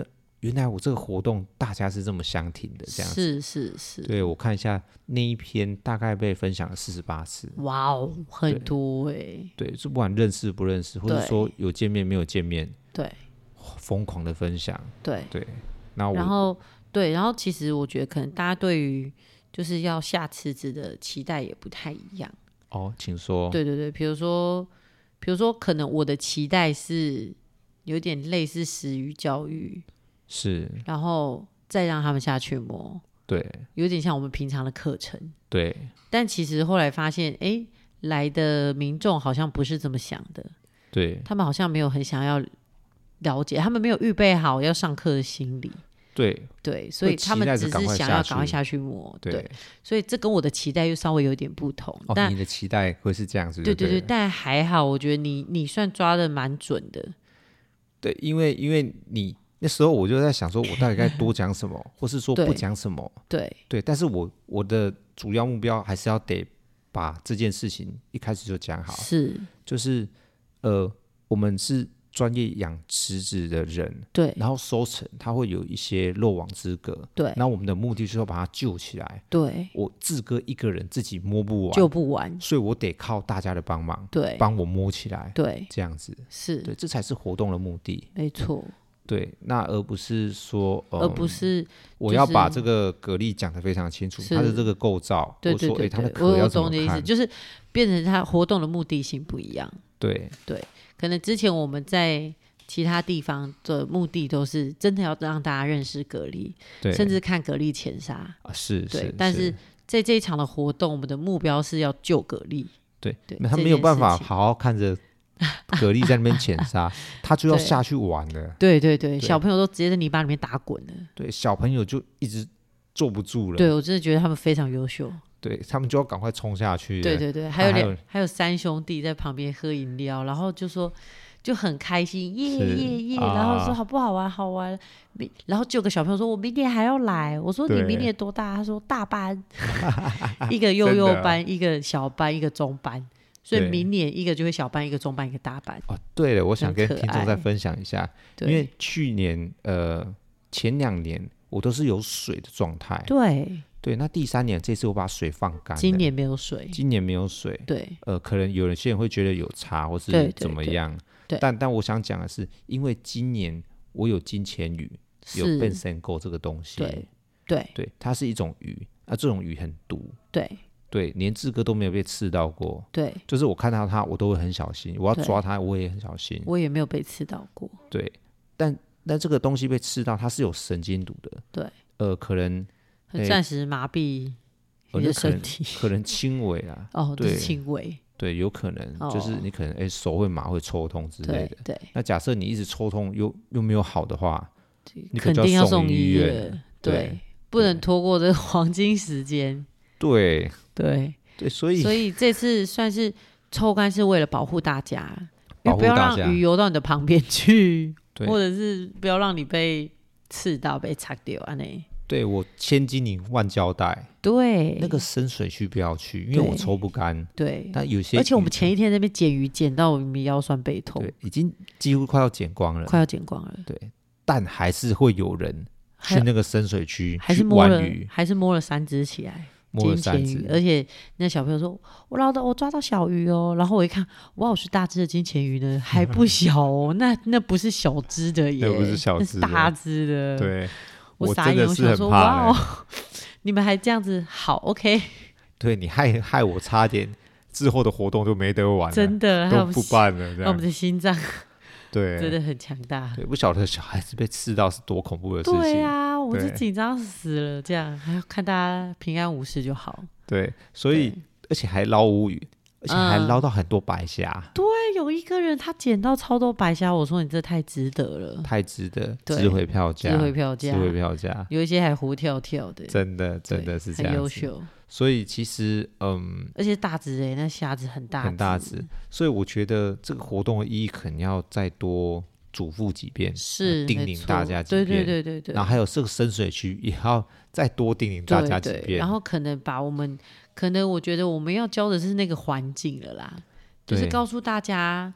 原来我这个活动大家是这么相挺的，这样子。 是。 对，我看一下那一篇大概被分享了48次。 哇哦，很多对，就不管认识不认识，或者说有见面没有见面， 对， 疯狂的分享。对， 然后其实我觉得可能大家对于就是要下池子的期待也不太一样。 哦，请说。 对，比如说可能我的期待是有点类似食鱼教育， 是， 然后再让他们下去摸， 对， 有点像我们平常的课程， 对。 但其实后来发现，来的民众好像不是这么想的， 对， 他们好像没有很想要了解，他们没有预备好要上课的心理。对，所以他们只是想要赶快下去摸。对，所以这跟我的期待又稍微有点不同。但你的期待会是这样子？ 对，但还好，我觉得你算抓的蛮准的。 对，因为你那时候我就在想说，我到底该多讲什么，或是说不讲什么。对，但是我的主要目标还是要得把这件事情一开始就讲好。就是我们是专业养池子的人， 对， 然后收成它会有一些漏网之隔， 对， 然后我们的目的就是要把它救起来， 对， 我自个一个人自己摸不完， 救不完， 所以我得靠大家的帮忙， 对， 帮我摸起来， 对， 这样子对， 这才是活动的目的， 没错， 对，那而不是说， 而不是我要把这个蛤蜊讲得非常清楚，它的这个构造， 对， 它的壳要怎么看， 我懂你的意思，就是变成它活动的目的性不一样， 对， 可能之前我们在其他地方的目的都是真的要让大家认识蛤蜊，甚至看蛤蜊潜杀， 是， 但是在这一场的活动，我们的目标是要救蛤蜊， 对，他没有办法好好看着蛤蜊在那边潜杀，他就要下去玩了， 对，小朋友都直接在泥巴里面打滚了， 对，小朋友就一直坐不住了， 对，我真的觉得他们非常优秀， 对，他们就要赶快冲下去， 对，还有三兄弟在旁边喝饮料，然后就很开心，耶，然后说好不好玩，好玩。然后就有个小朋友说：“我明年还要来。”我说：“你明年多大？”他说：“大班，一个幼幼班，一个小班，一个中班。所以明年一个就会小班，一个中班，一个大班。” 哦，对了，我想跟听众再分享一下，因为去年前2年我都是有水的状态，对，那第3年这次我把水放干了， 今年没有水，对， 可能有些人会觉得有差或是怎么样。但我想讲的是，因为今年我有金钱鱼，有变身钩这个东西，对，它是一种鱼，这种鱼很毒，对，连志哥都没有被刺到过， 对， 就是我看到它我都会很小心，我要抓它我也很小心， 我也没有被刺到过， 对，但这个东西被刺到它是有神经毒的， 对， 可能暂时麻痹你的身体， 可能轻微啦， 对，轻微。 对，有可能就是你可能手会麻会抽痛之类的。 对， 那假设你一直抽痛又没有好的话，你肯定要送医院。对，不能拖过这个黄金时间。 对，所以这次算是抽干是为了保护大家，因为不要让鱼游到你的旁边去，或者是不要让你被刺到被擦掉啊那。 对，我千斤顶万胶带， 对， 那个深水区不要去，因为我抽不干。 对， 但有些， 而且我们前一天在那边捡鱼，捡到我们腰酸背痛， 对，已经几乎快要捡光了，对，但还是会有人去那个深水区去玩鱼， 还是摸了3只起来， 摸了3只， 而且那小朋友说：“我抓到小鱼哦。”然后我一看，哇，我是大只的金钱鱼呢，还不小哦，那不是小只的耶， 那不是小只的， 那是大只的， 对。 我傻眼，我想说哇哦，你们还这样子，好 OK。 对，你害我差点之后的活动就没得玩了， 真的都不办了。 那我们的心脏对真的很强大。 对，不晓得小孩子被刺到是多恐怖的事情。 对啊，我是紧张死了，这样还要看大家平安无事就好。 对，所以而且还捞乌鱼，而且还捞到很多白虾。 对，有一个人他捡到超多白虾，我说你这太值得了， 太值得，值回票价， 值回票价，有一些还活跳跳的， 真的是这样子， 很优秀。 所以其实而且大只那虾子很大只， 所以我觉得这个活动的意义可能要再多嘱咐几遍， 是叮咛大家几遍， 对。 然后还有这个深水区也要再多叮咛大家几遍， 然后可能我觉得我们要教的是那个环境了啦，就是告诉大家，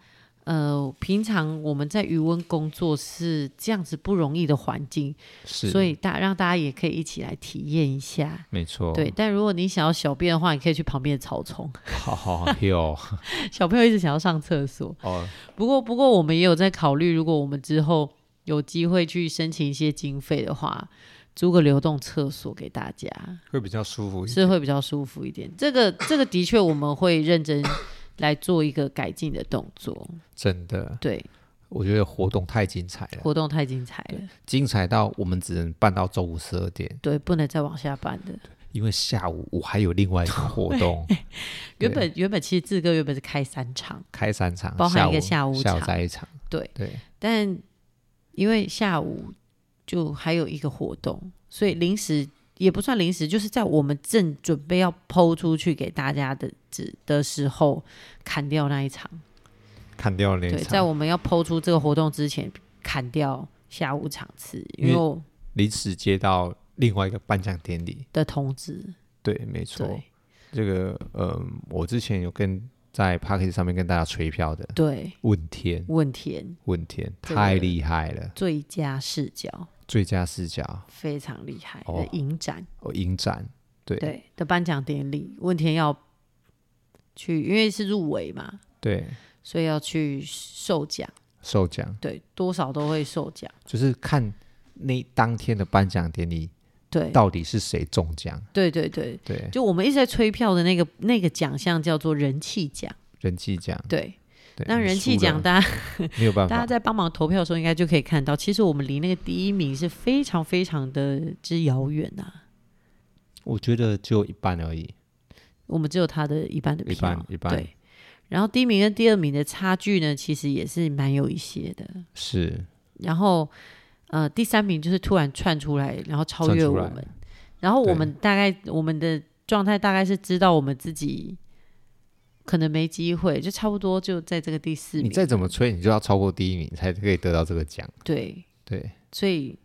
平常我们在渔温工作是这样子不容易的环境，所以让大家也可以一起来体验一下。 没错， 对。但如果你想要小便的话，你可以去旁边的草丛。 好有小朋友一直想要上厕所。不过我们也有在考虑，如果我们之后有机会去申请一些经费的话，租个流动厕所给大家， 会比较舒服一点， 是会比较舒服一点。这个的确我们会认真来做一个改进的动作。真的，对， 我觉得活动太精彩了，精彩到我们只能办到周五12点， 对，不能再往下办的。 因为下午我还有另外一个活动。 原本其实志哥原本是开3场，包含一个下午场， 再一场， 对。但因为下午就还有一个活动，所以临时也不算临时，就是在我们正准备要抛出去给大家的时候砍掉那一场。对，在我们要抛出这个活动之前砍掉下午场次，因为临时接到另外一个颁奖典礼的通知。 对，没错。这个我之前有在 Podcast 上面跟大家吹票的， 对， 问天太厉害了， 最佳视角非常厉害的影展，对的颁奖典礼，问天要去，因为是入围嘛， 对， 所以要去受奖，对，多少都会受奖， 就是看那当天的颁奖典礼，对，到底是谁中奖？ 对，就我们一直在吹票的那个奖项叫做人气奖，对。那人气奖大家没有办法， 大家在帮忙投票的时候应该就可以看到，其实我们离那个第1名是非常非常的之遥远啊。 我觉得只有一半而已， 我们只有他的一半的票， 一半。 对，然后第1名跟第2名的差距呢，其实也是蛮有一些的。 是， 然后第3名就是突然窜出来，然后超越我们，然后我们的状态大概是知道我们自己可能没机会，就差不多就在这个第4名。 你再怎么吹，你就要超过第1名才可以得到这个奖。 对，所以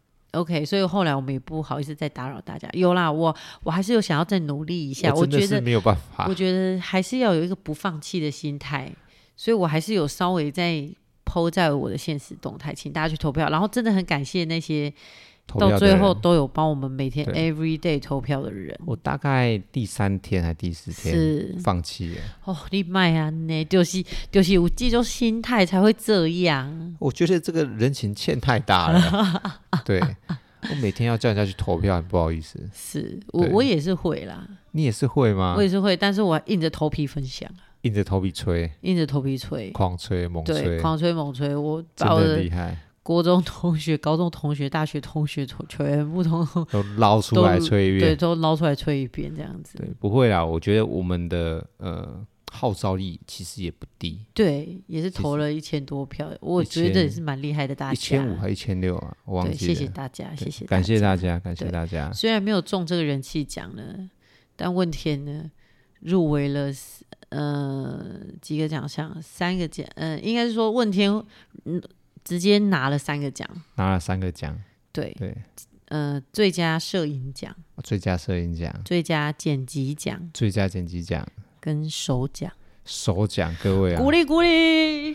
OK， 所以后来我们也不好意思再打扰大家。有啦，我还是有想要再努力一下。 我真的是没有办法， 我觉得还是要有一个不放弃的心态，所以我还是有稍微在 po 在我的限时动态，请大家去投票。然后真的很感谢那些到最后都有帮我们每天 every day 投票的人。 我大概第3天还第4天放弃了。 你卖啊，就是有这种心态才会这样。 我觉得这个人情欠太大了。对，我每天要叫人家去投票，很不好意思。 是我也是会啦。 你也是会吗？ 我也是会，但是我硬着头皮分享， 硬着头皮吹，狂吹猛吹， 对，狂吹猛吹。我真的厉害。 国中同学、高中同学、大学同学全部都捞出来吹一遍， 对，都捞出来吹一遍这样子。 对，不会啦，我觉得我们的号召力其实也不低。 对，也是投了1000多票，我觉得也是蛮厉害的。大家 1500还1600啊，我忘记了。 谢谢大家， 感谢大家，感谢大家。 虽然没有中这个人气奖呢，但问天呢入围了几个奖项，3个奖，应该是说问天直接拿了3个奖，对，最佳摄影奖、 最佳剪辑奖、跟首奖， 各位啊， 鼓励！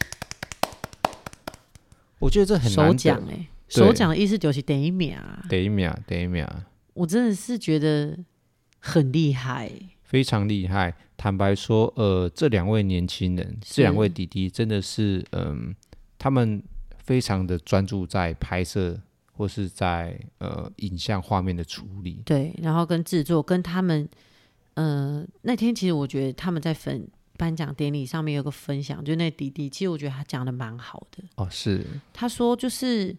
我觉得这很难得。 首奖的意思就是第一名，我真的是觉得很厉害， 非常厉害。坦白说，这2位年轻人，这2位弟弟，真的是他们非常的专注在拍摄或是在影像画面的处理， 对，然后跟制作，跟他们那天其实我觉得他们在颁奖典礼上面有个分享，就那弟弟，其实我觉得他讲的蛮好的。 是， 他说就是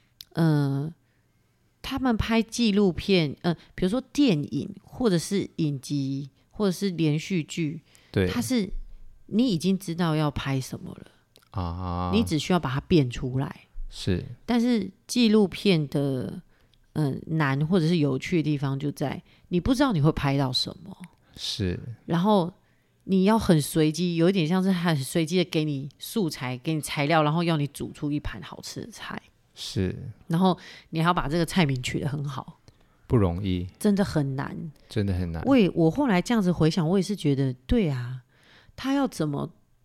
他们拍纪录片，比如说电影或者是影集或者是连续剧， 对， 他是你已经知道要拍什么了。你只需要把它变出来，是。但是纪录片的难或者是有趣的地方就在你不知道你会拍到什么，是。然后你要很随机，有一点像是很随机的给你素材，给你材料，然后要你煮出一盘好吃的菜，是。然后你还要把这个菜名取得很好， 不容易， 真的很难，真的很难。我后来这样子回想，我也是觉得对啊，他要怎么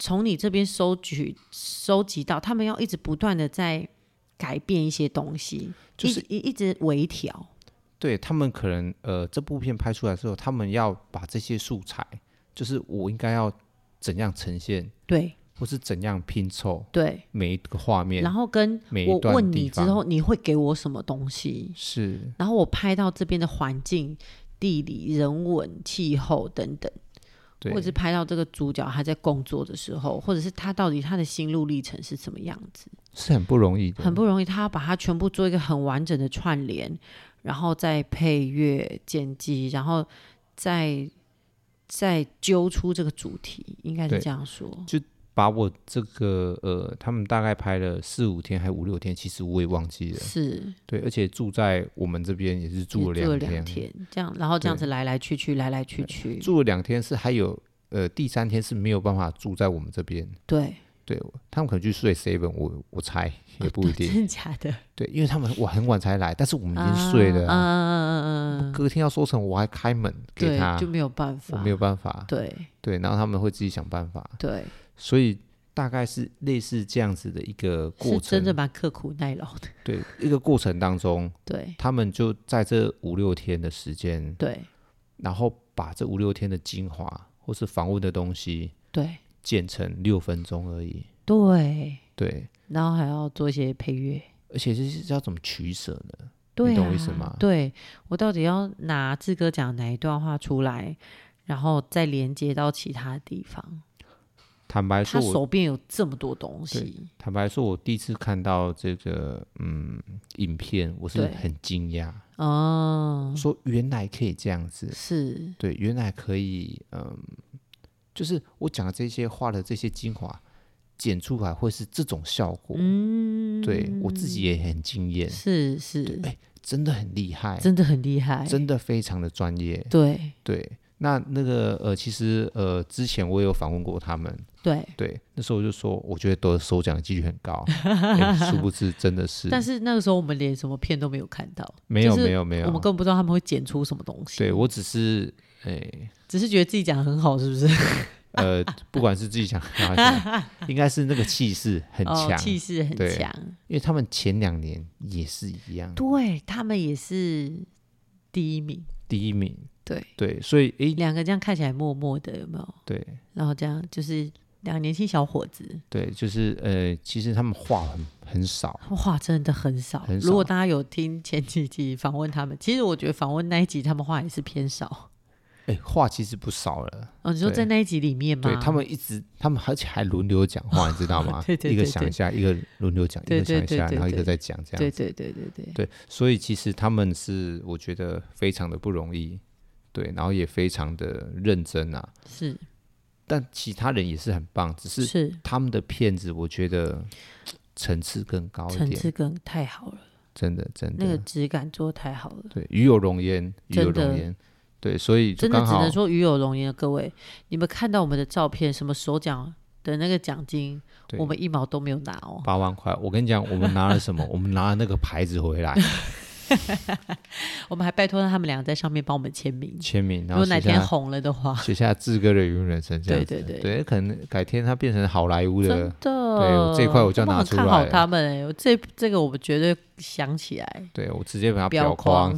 从你这边收集到，他们要一直不断的在改变一些东西，就是一直微调。 对，他们可能这部片拍出来的时候，他们要把这些素材，就是我应该要怎样呈现， 对， 或是怎样拼凑， 对， 每一个画面， 然后跟我问你之后，你会给我什么东西？ 是， 然后我拍到这边的环境、地理、人文、气候等等。或者是拍到这个主角他在工作的时候，或者是他到底他的心路历程是什么样子， 是很不容易的， 很不容易。他要把它全部做一个很完整的串联，然后再配乐、剪辑，然后再揪出这个主题，应该是这样说。 就把我这个他们大概拍了4-5天还5-6天，其实我也忘记了。是，对，而且住在我们这边也是住了2天， 这样，然后这样子来来去去， 住了2天是还有第3天是没有办法住在我们这边。 对， 他们可能去睡 7，我猜也不一定。 真的假的？ 对，因为他们我很晚才来，但是我们已经睡了。隔天要收成，我还开门给他， 就没有办法， 我没有办法。对，然后他们会自己想办法。对。所以大概是类似这样子的一个过程， 是真的蛮刻苦耐劳的。 对，一个过程当中，对，他们就在这5-6天的时间，对，然后把这5-6天的精华或是访问的东西，对，剪成6分钟而已。对， 然后还要做一些配乐， 而且这是要怎么取舍的？你懂我意思吗？ 对，我到底要拿志哥讲哪一段话出来，然后再连接到其他地方？ 坦白说， 他手边有这么多东西。 坦白说，我第一次看到这个影片，我是很惊讶哦，说原来可以这样子，是对，原来可以就是我讲的这些话的这些精华剪出来会是这种效果，对我自己也很惊艳，是，真的很厉害， 真的很厉害， 真的非常的专业，对。那个其实之前我也有访问过他们，对，那时候我就说，我觉得得首奖的几率很高，殊不知真的是。 但是那个时候我们连什么片都没有看到， 没有，我们根本不知道他们会剪出什么东西。 对，我只是只是觉得自己讲得很好，是不是？ 不管是自己讲应该是那个气势很强， 气势很强， 因为他们前2年也是一样， 对他们也是第一名。对， 所以 2个这样看起来默默的，有没有？ 对， 然后这样就是2个年轻小伙子。 对，就是其实他们话很少， 话真的很少。如果大家有听前几集访问他们，其实我觉得访问那一集他们话也是偏少。 话其实不少了。 你说在那一集里面吗？ 对，他们而且还轮流讲话，你知道吗？对，一个想一下，一个轮流讲，一个想一下，然后一个再讲，这样子。对，所以其实他们是我觉得非常的不容易，对，然后也非常的认真啊。是，但其他人也是很棒，只是他们的片子我觉得层次更高一点， 层次更太好了， 真的那个质感做得太好了。 对，与有荣焉，与有荣焉。对，所以真的只能说与有荣焉。各位，你们看到我们的照片，什么首奖的那个奖金，我们1毛都没有拿哦。 8万块，我跟你讲，我们拿了什么？我们拿了那个牌子回来。 我们还拜托他们俩在上面帮我们签名， 然后如果哪天红了的话， 写下志哥的云人生这样子。对，可能改天他变成好莱坞的， 真的， 对，这一块我就要拿出来。 看好他们这个我们绝对想起来。 对，我直接把它裱框。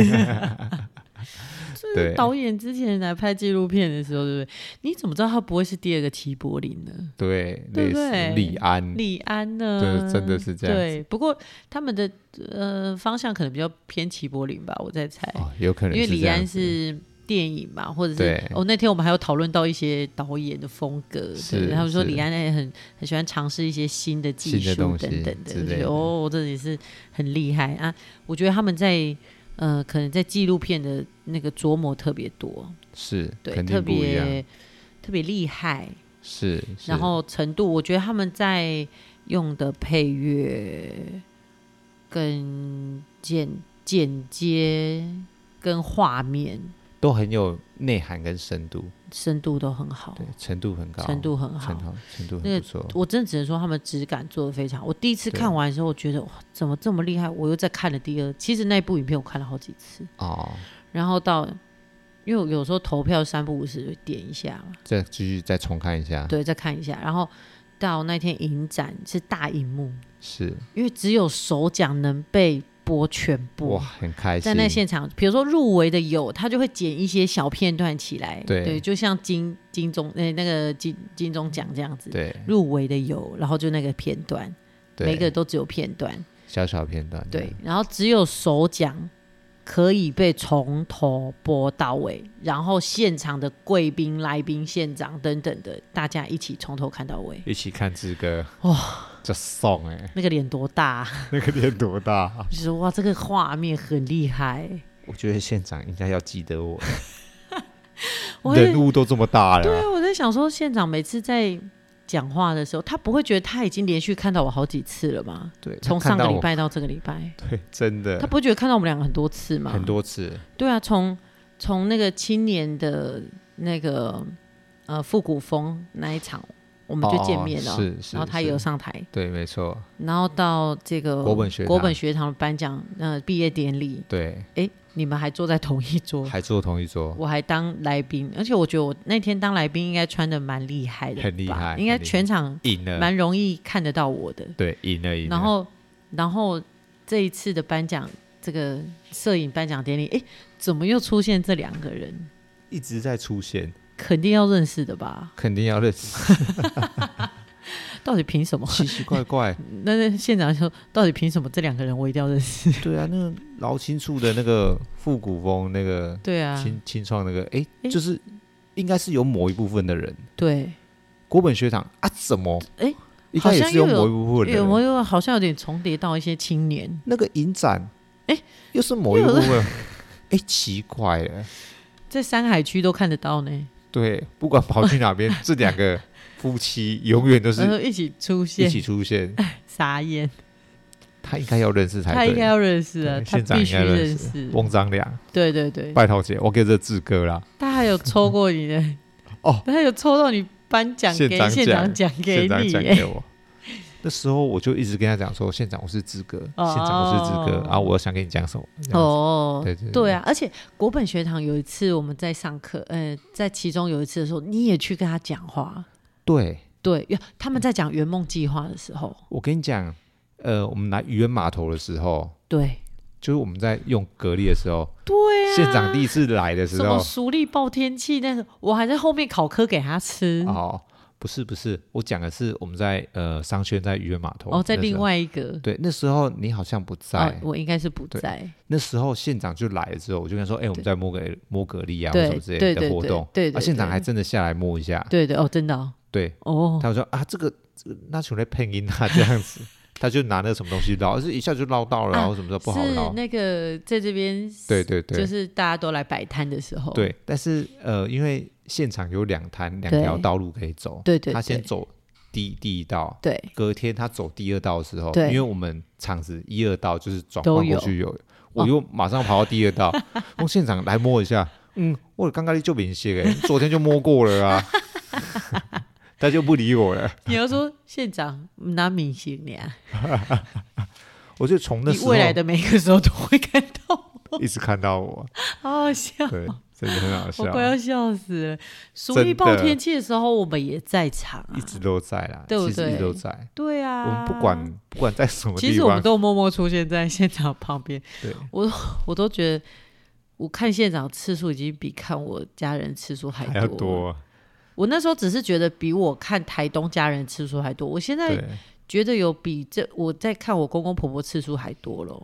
对，导演之前来拍纪录片的时候，对不对？你怎么知道他不会是第2个齐柏林呢？ 对不对？李安呢？对，真的是这样。 对，不过他们的方向可能比较偏齐柏林吧，我在猜。 有可能是因为李安是电影嘛，或者是那天我们还有讨论到一些导演的风格，对，他们说李安也很喜欢尝试一些新的技术等等的，我觉得这也是很厉害啊。我觉得他们在可能在纪录片的那个琢磨特别多， 是， 对， 肯定不一样， 特别厉害， 是。 然后程度，我觉得他们在用的配乐、跟剪接、跟画面都很有内涵跟深度都很好， 对，程度很高， 程度很不错。我真的只能说他们质感做得非常好。我第一次看完的时候，我觉得哇，怎么这么厉害？我又再看了其实那部影片我看了好几次哦。然后到因为我有时候投票3不5时点一下嘛， 再继续再重看一下， 对，再看一下，然后到那天影展是大荧幕， 是因为只有首奖能被播全部， 哇，很开心。 在那现场，比如说入围的有，他就会剪一些小片段起来，对，就像金钟那个金钟奖这样子， 对， 入围的有，然后就那个片段，每个都只有片段， 小小片段， 对，然后只有首奖可以被从头播到尾，然后现场的贵宾、来宾、县长等等的，大家一起从头看到尾， 一起看志哥，哇，这送那个脸多大？ 那个脸多大？ 就是哇，这个画面很厉害。 我觉得县长应该要记得我，人物都这么大了。 对，我在想说，县长每次在讲话的时候，他不会觉得他已经连续看到我好几次了吗？ 对， 从上个礼拜到这个礼拜， 对，真的， 他不会觉得看到我们两个很多次吗？ 很多次。 对啊，从那个青年的那个复古风那一场，我们就见面了， 是， 然后他也有上台， 对，没错。 然后到这个国本学堂的颁奖毕业典礼， 对， 你们还坐在同一桌， 还坐同一桌， 我还当来宾，而且我觉得我那天当来宾应该穿的蛮厉害的吧， 很厉害， 应该全场赢了， 蛮容易看得到我的， 对，赢了。 然后这一次的颁奖，这个摄影颁奖典礼，怎么又出现这2个人？ 一直在出现， 肯定要认识的吧？ 肯定要认识。 到底凭什么？ 奇奇怪怪。 那县长说，到底凭什么这2个人我一定要认识？ 对啊，那个劳青处的那个复古风那个，对啊，清创那个，就是应该是有某一部分的人。对，国本学堂啊，怎么？应该也是有某一部分的人， 有好像有点重叠到一些青年。 那个影展，又是某一部分。奇怪了， 在山海区都看得到呢。 对，不管跑去哪边，这2个夫妻永远都是一起出现，傻眼。 他应该要认识才对， 他应该要认识啊，他必须认识翁章良。 对对对， 拜托姐，我给这志哥啦。 他还有抽过你的他有抽到你颁奖给县长奖给你给我。 那时候我就一直跟他讲说，县长我是志哥，县长我是志哥，然后我想跟你讲什么。 对啊，而且国本学堂有一次我们在上课，在其中有一次的时候，你也去跟他讲话。对，他们在讲圆梦计划的时候， 我跟你讲，我们来渔人码头的时候，对，就是我们在用蛤蜊的时候，对啊，县长第一次来的时候， 什么熟力爆天气，那个我还在后面烤科给他吃。 不是，我讲的是我们在商圈在渔人码头在另外一个。 对，那时候你好像不在， 我应该是不在。 那时候县长就来了之后，我就跟他说，我们在摸蛤蜊啊，或什么之类的活动。对，县长还真的下来摸一下。 对，真的。 对，他说这个那出来配音啊，这样子。他就拿那个什么东西捞，是一下就捞到了，然后什么时候不好捞？ 是那个在这边，对，就是大家都来摆摊的时候。 对，但是因为现场有2条道路可以走，对，他先走第一道，对，隔天他走第2道的时候，因为我们场子1、2道就是转换过去有，我又马上跑到第2道，用现场来摸一下，我刚刚就明显昨天就摸过了啊。他就不理我了。 你要说县长拿明星呀？ 我就从那时候， 你未来的每个时候都会看到我， 一直看到我， 好好笑。 对，真的很好笑， 我快要笑死了。暑力爆天气的时候，我们也在场啊， 一直都在啦， 对不对？ 其实一直都在。 对啊， 我们不管在什么地方， 其实我们都默默出现在现场旁边。对，我都觉得，我看县长次数已经比看我家人次数还要多。 我那时候只是觉得比我看台东家人次数还多，我现在觉得有比我在看我公公婆婆次数还多了。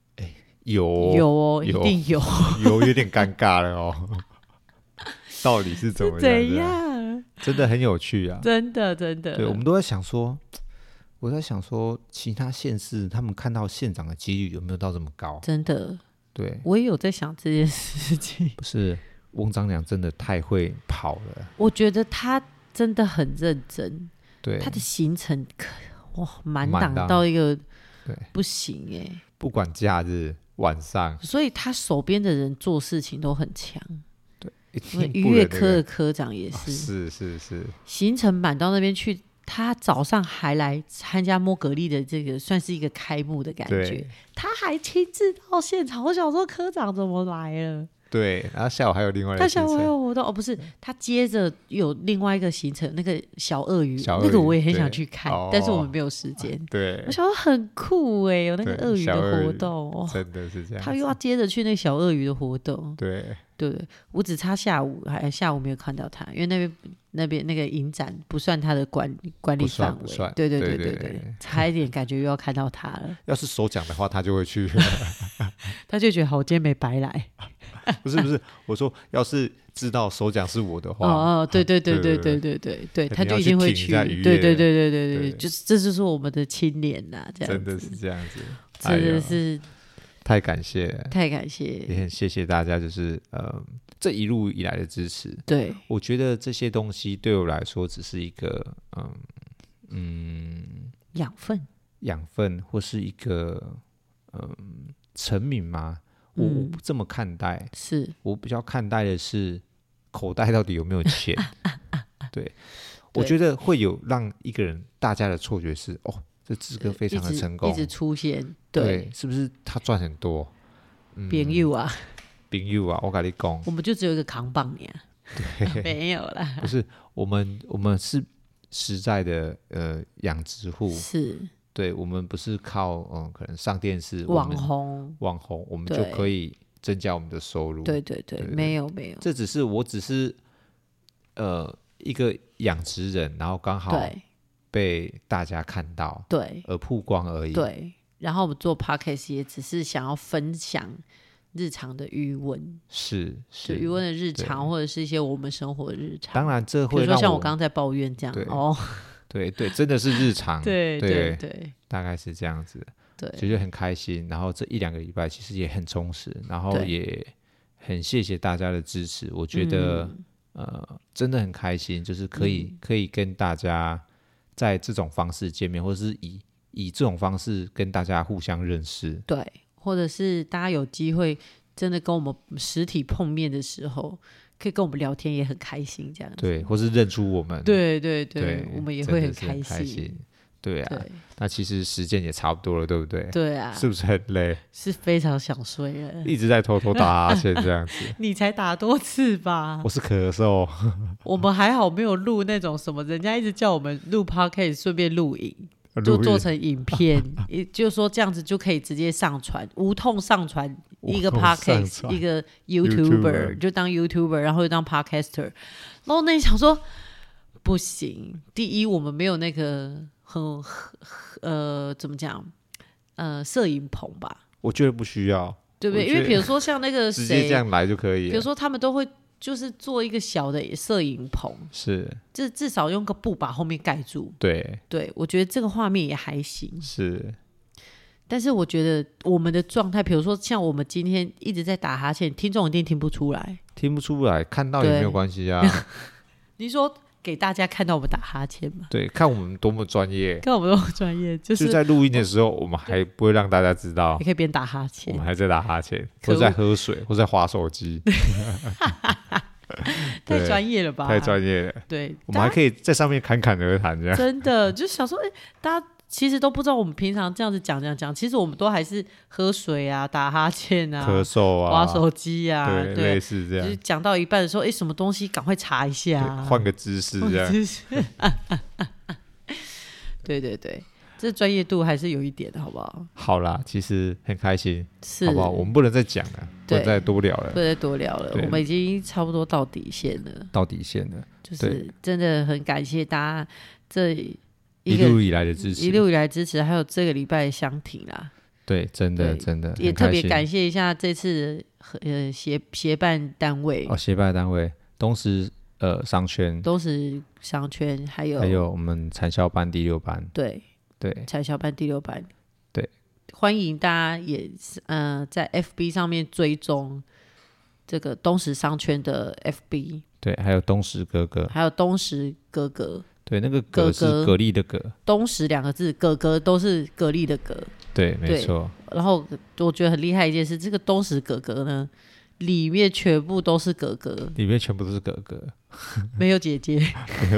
有，一定有点尴尬了哦。到底是怎么样？真的很有趣啊！ 真的。 对，我们都在想说，我在想说，其他县市他们看到县长的几率有没有到这么高？ 真的， 对， 我也有在想这件事情。 不是。翁章良真的太会跑了， 我觉得他真的很认真， 对他的行程满档到一个不行不管假日晚上， 所以他手边的人做事情都很强。 对， 渔业科的科长也是， 是行程满到那边去，他早上还来参加摸蛤蜊的这个算是一个开幕的感觉，他还亲自到现场。我想说科长怎么来了？ 对，然后下午还有另外一个行程， 他下午还有活动不是，他接着有另外一个行程，那个小鳄鱼那个我也很想去看，但是我们没有时间。 对， 我想说很酷有那个鳄鱼的活动， 真的是这样。 他又要接着去那个小鳄鱼的活动， 对， 我只差下午没有看到他，因为那边那个影展不算他的管理范围，对，差一点感觉又要看到他了。 要是首奖的话，他就会去， 他就觉得好，我今天没白来。 不是，我说要是知道首奖是我的话， 对，他就一定会去，对，就是这就是我们的青年呐，这样子， 真的是这样子， 真的是太感谢了， 太感谢， 也很谢谢大家，就是这一路以来的支持。 对， 我觉得这些东西对我来说只是一个养分，或是一个成名吗？我不这么看待， 是我比较看待的是口袋到底有没有钱。对，我觉得会有让一个人大家的错觉是这志哥非常的成功， 一直出现， 对，是不是他赚很多？ 朋友啊， 我跟你讲， 我们就只有一个扛棒呀，对，没有啦， 不是我们是实在的养殖户， 是。 对，我们不是靠可能上电视网红， 我们就可以增加我们的收入。 对，没有， 这只是一个养殖人，然后刚好被大家看到， 对， 而曝光而已。 对，然后我们做 podcast 也只是想要分享日常的余温， 是余温的日常，或者是一些我们生活的日常。 当然，这会比如说像我刚刚在抱怨这样对，真的是日常， 对， 大概是这样子， 对， 所以就很开心。然后这1-2个礼拜其实也很充实，然后也很谢谢大家的支持。我觉得真的很开心，就是可以跟大家在这种方式见面，或者是以这种方式跟大家互相认识， 对，或者是大家有机会真的跟我们实体碰面的时候。可以跟我们聊天也很开心，这样子对，或是认出我们， 对，我们也会很开心，对啊。那其实时间也差不多了，对不对？ 对啊， 是不是很累？ 是非常想睡了， 一直在偷偷打哈欠这样子。 你才打多次吧？ 我是咳嗽。 我们还好没有录那种什么，人家一直叫我们录 podcast 顺便录影。就做成影片，也就是说这样子就可以直接上传，无痛上传一个 podcast， 一个 YouTuber 就当 YouTuber， 然后又当 podcaster。然后那想说不行，第一我们没有那个怎么讲摄影棚吧？ 我觉得不需要， 对不对？因为比如说像那个谁， 直接这样来就可以了。 比如说他们都会。就是做一个小的摄影棚， 是， 至少用个布把后面盖住。 对， 我觉得这个画面也还行。 是， 但是我觉得我们的状态，比如说像我们今天一直在打哈欠，听众一定听不出来， 看到也没有关系啊。 你说给大家看到我们打哈欠吗？ 对，看我们多么专业， 就在录音的时候，我们还不会让大家知道， 你可以边打哈欠， 我们还在打哈欠，或在喝水，或在滑手机。 太专业了吧？ 太专业了。 对， 我们还可以在上面侃侃而谈，这样真的就想说，大家其实都不知道我们平常这样子讲，其实我们都还是喝水啊、打哈欠啊、 咳嗽啊、 滑手机啊，对， 类似这样。 就是讲到一半的时候，什么东西赶快查一下， 换个姿势这样。 对。这专业度还是有一点的，好不好？ 好啦，其实很开心， 是好不好？我们不能再讲了，不能再多聊了， 我们已经差不多到底线了，就是真的很感谢大家这一路以来的支持，还有这个礼拜的相挺啦。 对，真的也特别感谢一下这次协办单位东石商圈，还有我们产销班第6班，对， 产销班第6班， 对， 欢迎大家也在 FB 上面追踪这个东石商圈的 FB， 对，还有东石哥哥， 对， 那个蛤是蛤蜊的蛤， 东石2个字，哥哥都是蛤蜊的蛤， 对，没错。 然后我觉得很厉害一件事，这个东石哥哥呢，里面全部都是哥哥，没有姐姐，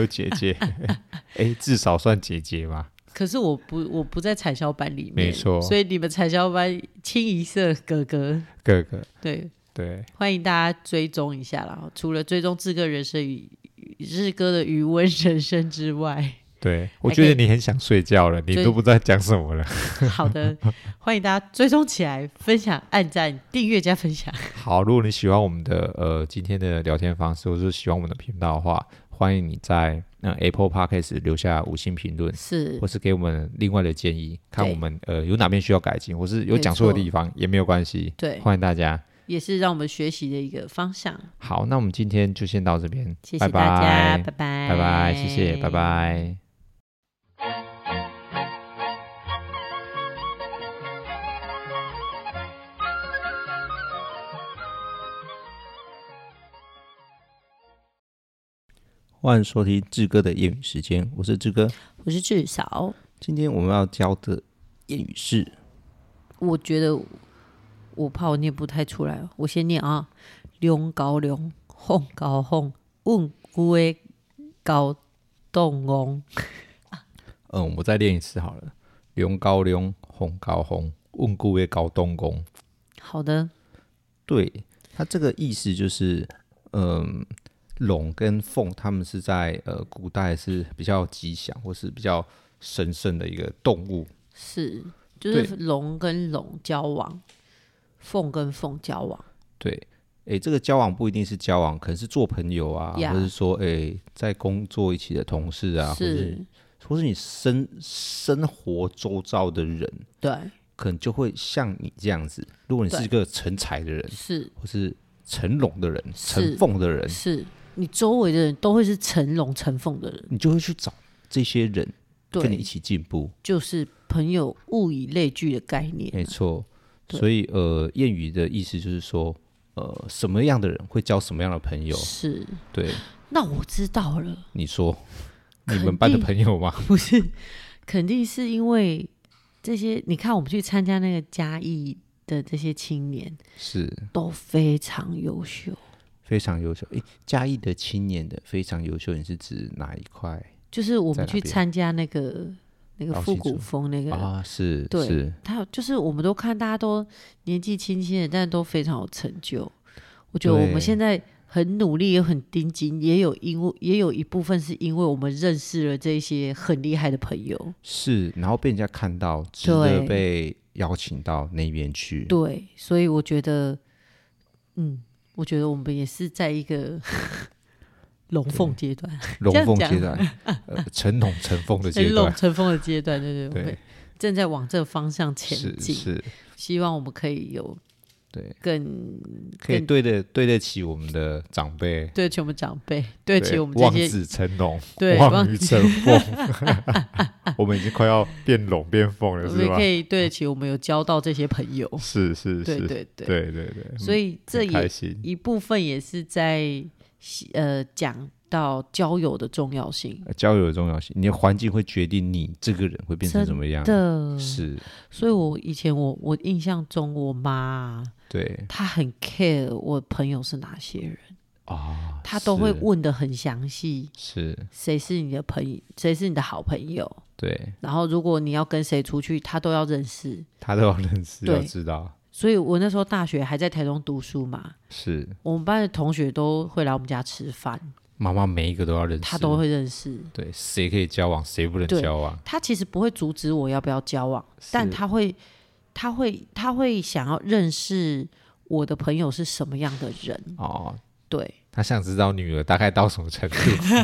至少算姐姐嘛。 可是我不在产销班里面， 没错， 所以你们产销班清一色哥哥， 对， 对， 欢迎大家追踪一下啦。除了追踪志哥的余温人生之外， 对，我觉得你很想睡觉了，你都不知道讲什么了。 好的，欢迎大家追踪起来，分享、按赞、订阅加分享。 好，如果你喜欢我们的今天的聊天方式，或是喜欢我们的频道的话，欢迎你在Apple Podcast 留下5星评论， 是， 或是给我们另外的建议，看我们有哪边需要改进，或是有讲错的地方也没有关系。 对， 欢迎大家， 也是让我们学习的一个方向。 好，那我们今天就先到这边， 谢谢大家，拜拜， 拜拜，谢谢，拜拜。欢迎收听志哥的谚语时间，我是志哥， 我是志嫂。 今天我们要教的谚语是， 我觉得我怕我念不太出来，我先念啊：龙高龙，凤高凤，问古的高东翁。 我再练一次好了。龙高龙，凤高凤，问古的高东翁。 好的， 对，它这个意思就是，龙跟凤，他们是在古代是比较吉祥或是比较神圣的一个动物， 是，就是龙跟龙交往，凤跟凤交往。对， 这个交往不一定是交往，可能是做朋友啊，或者是说在工作一起的同事啊，或是你生活周遭的人， 对， 可能就会像你这样子。如果你是一个成才的人， 是， 或是成龙的人、成凤的人， 是。你周围的人都会是成龙成凤的人， 你就会去找这些人跟你一起进步， 就是朋友物以类聚的概念。 没错，所以谚语的意思就是说，什么样的人会交什么样的朋友， 是， 对。 那我知道了， 你说你们班的朋友吗？ 不是，肯定是因为这些。你看，我们去参加那个嘉义的这些青年， 是都非常优秀。 非常优秀。嘉义的青年的非常优秀，你是指哪一块？ 就是我们去参加那个复古风那个啊，是， 对， 是他就是我们都看大家都年纪轻轻的，但都非常有成就。我觉得我们现在很努力，也很盯紧，也有一部分是因为我们认识了这些很厉害的朋友， 是，然后被人家看到，值得被邀请到那边去。 对，所以我觉得，我觉得我们也是在一个龙凤阶段， 龙凤阶段，成龙成凤的阶段， 成龙成凤的阶段，对，我们正在往这个方向前进。 是， 希望我们可以有可以对得起我们的长辈， 对得起我们长辈，对得起我们这些望子成龙，望女成凤。我们已经快要变龙变凤了，是吧？ 我们可以对得起我们有交到这些朋友， 是， 对，所以这也一部分也是在讲到交友的重要性。 交友的重要性，你的环境会决定你这个人会变成怎么样。是， 所以我以前我印象中，我妈对她很 care 我朋友是哪些人。他都会问得很详细， 是谁是你的朋友，谁是你的好朋友， 对。 然后如果你要跟谁出去，他都要认识， 要知道。 所以我那时候大学还在台中读书嘛， 是我们班的同学都会来我们家吃饭， 妈妈每一个都要认识， 他都会认识， 对，谁可以交往，谁不能交往。 他其实不会阻止我要不要交往，但他会想要认识我的朋友是什么样的人。对， 他想知道女儿大概到什么程度。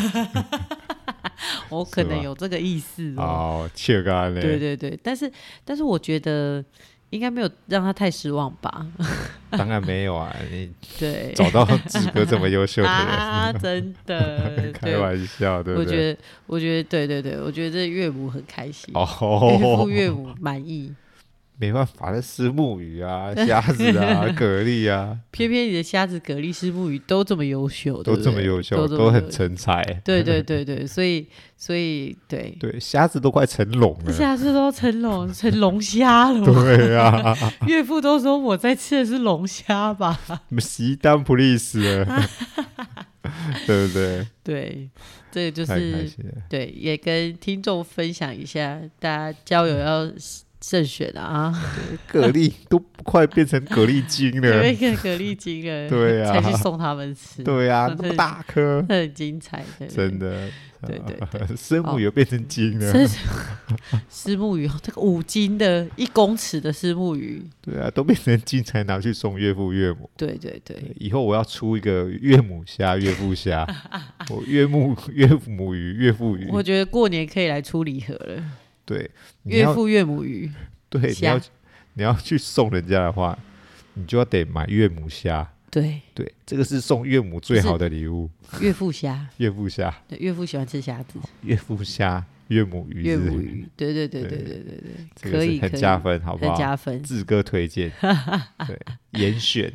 我可能有这个意思切干嘞。 对，但是我觉得应该没有让他太失望吧。 当然没有啊，你对找到志哥这么优秀的人真的开玩笑，对不对？ 我觉得对，我觉得这岳母很开心，岳母满意。 没办法，那虱目鱼啊、虾子啊、蛤蜊啊， 偏偏你的虾子、蛤蜊、虱目鱼都这么优秀， 都这么优秀，都很成才。 对，所以对， 虾子都快成龙了， 虾子都成龙虾了。 对啊， 岳父都说我在吃的是龙虾吧？ 西单 please 了，对不对？ 对，这个就是对，也跟听众分享一下，大家交友要慎选啊， 蛤蜊都快变成蛤蜊精了， 变成蛤蜊精了， 对啊， 才去送他们吃， 对啊，那么大颗， 很精彩，对真的， 对对， 虱目鱼变成精了， 虱目鱼这个5斤的1公尺的虱目鱼， 对啊，都变成精才拿去送岳父岳母， 对对对， 以后我要出一个岳母虾、岳父虾，我岳母鱼、岳父鱼， 我觉得过年可以来出礼盒了。 对， 岳父岳母鱼， 对，你要去送人家的话，你就要得买岳母虾。 对对，这个是送岳母最好的礼物。 岳父虾， 岳父虾， 对，岳父喜欢吃虾子。 岳父虾，岳母鱼， 岳母鱼，对对对对对对对，可以， 很加分，好不好？ 很加分， 志哥推荐，对，严选，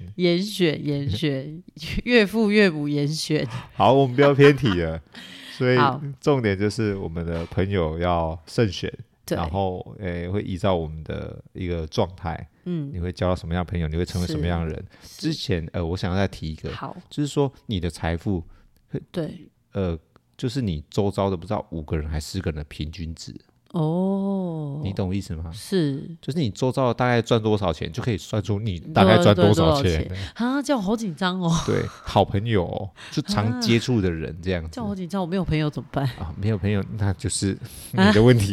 岳父岳母严选。 好，我们不要偏题了。所以重点就是我们的朋友要慎选，然后会依照我们的一个状态，你会交到什么样的朋友，你会成为什么样的人。之前我想要再提一个，就是说你的财富， 对， 就是你周遭的不知道5个人还10个人的平均值。哦，你懂我意思吗？ 是， 就是你周遭的大概赚多少钱，就可以算出你大概赚多少钱啊！这样我好紧张哦。 对，好朋友就常接触的人这样子。 这样我紧张，我没有朋友怎么办啊？没有朋友，那就是你的问题。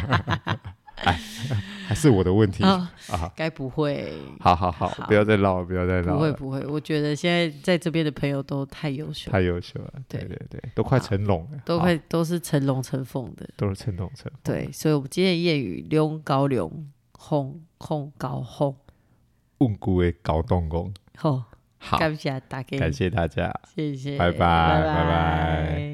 还是我的问题啊？ 该不会？ 好，不要再唠了，不要再唠了。 不会，我觉得现在在这边的朋友都太优秀了，对， 都快成龙了， 都是成龙成凤的， 都是成龙成凤。 对，所以我们今天的谚语“龙高龙，哄高哄， 问古的高动工”。 好，感谢大家， 感谢大家， 谢谢， 拜拜。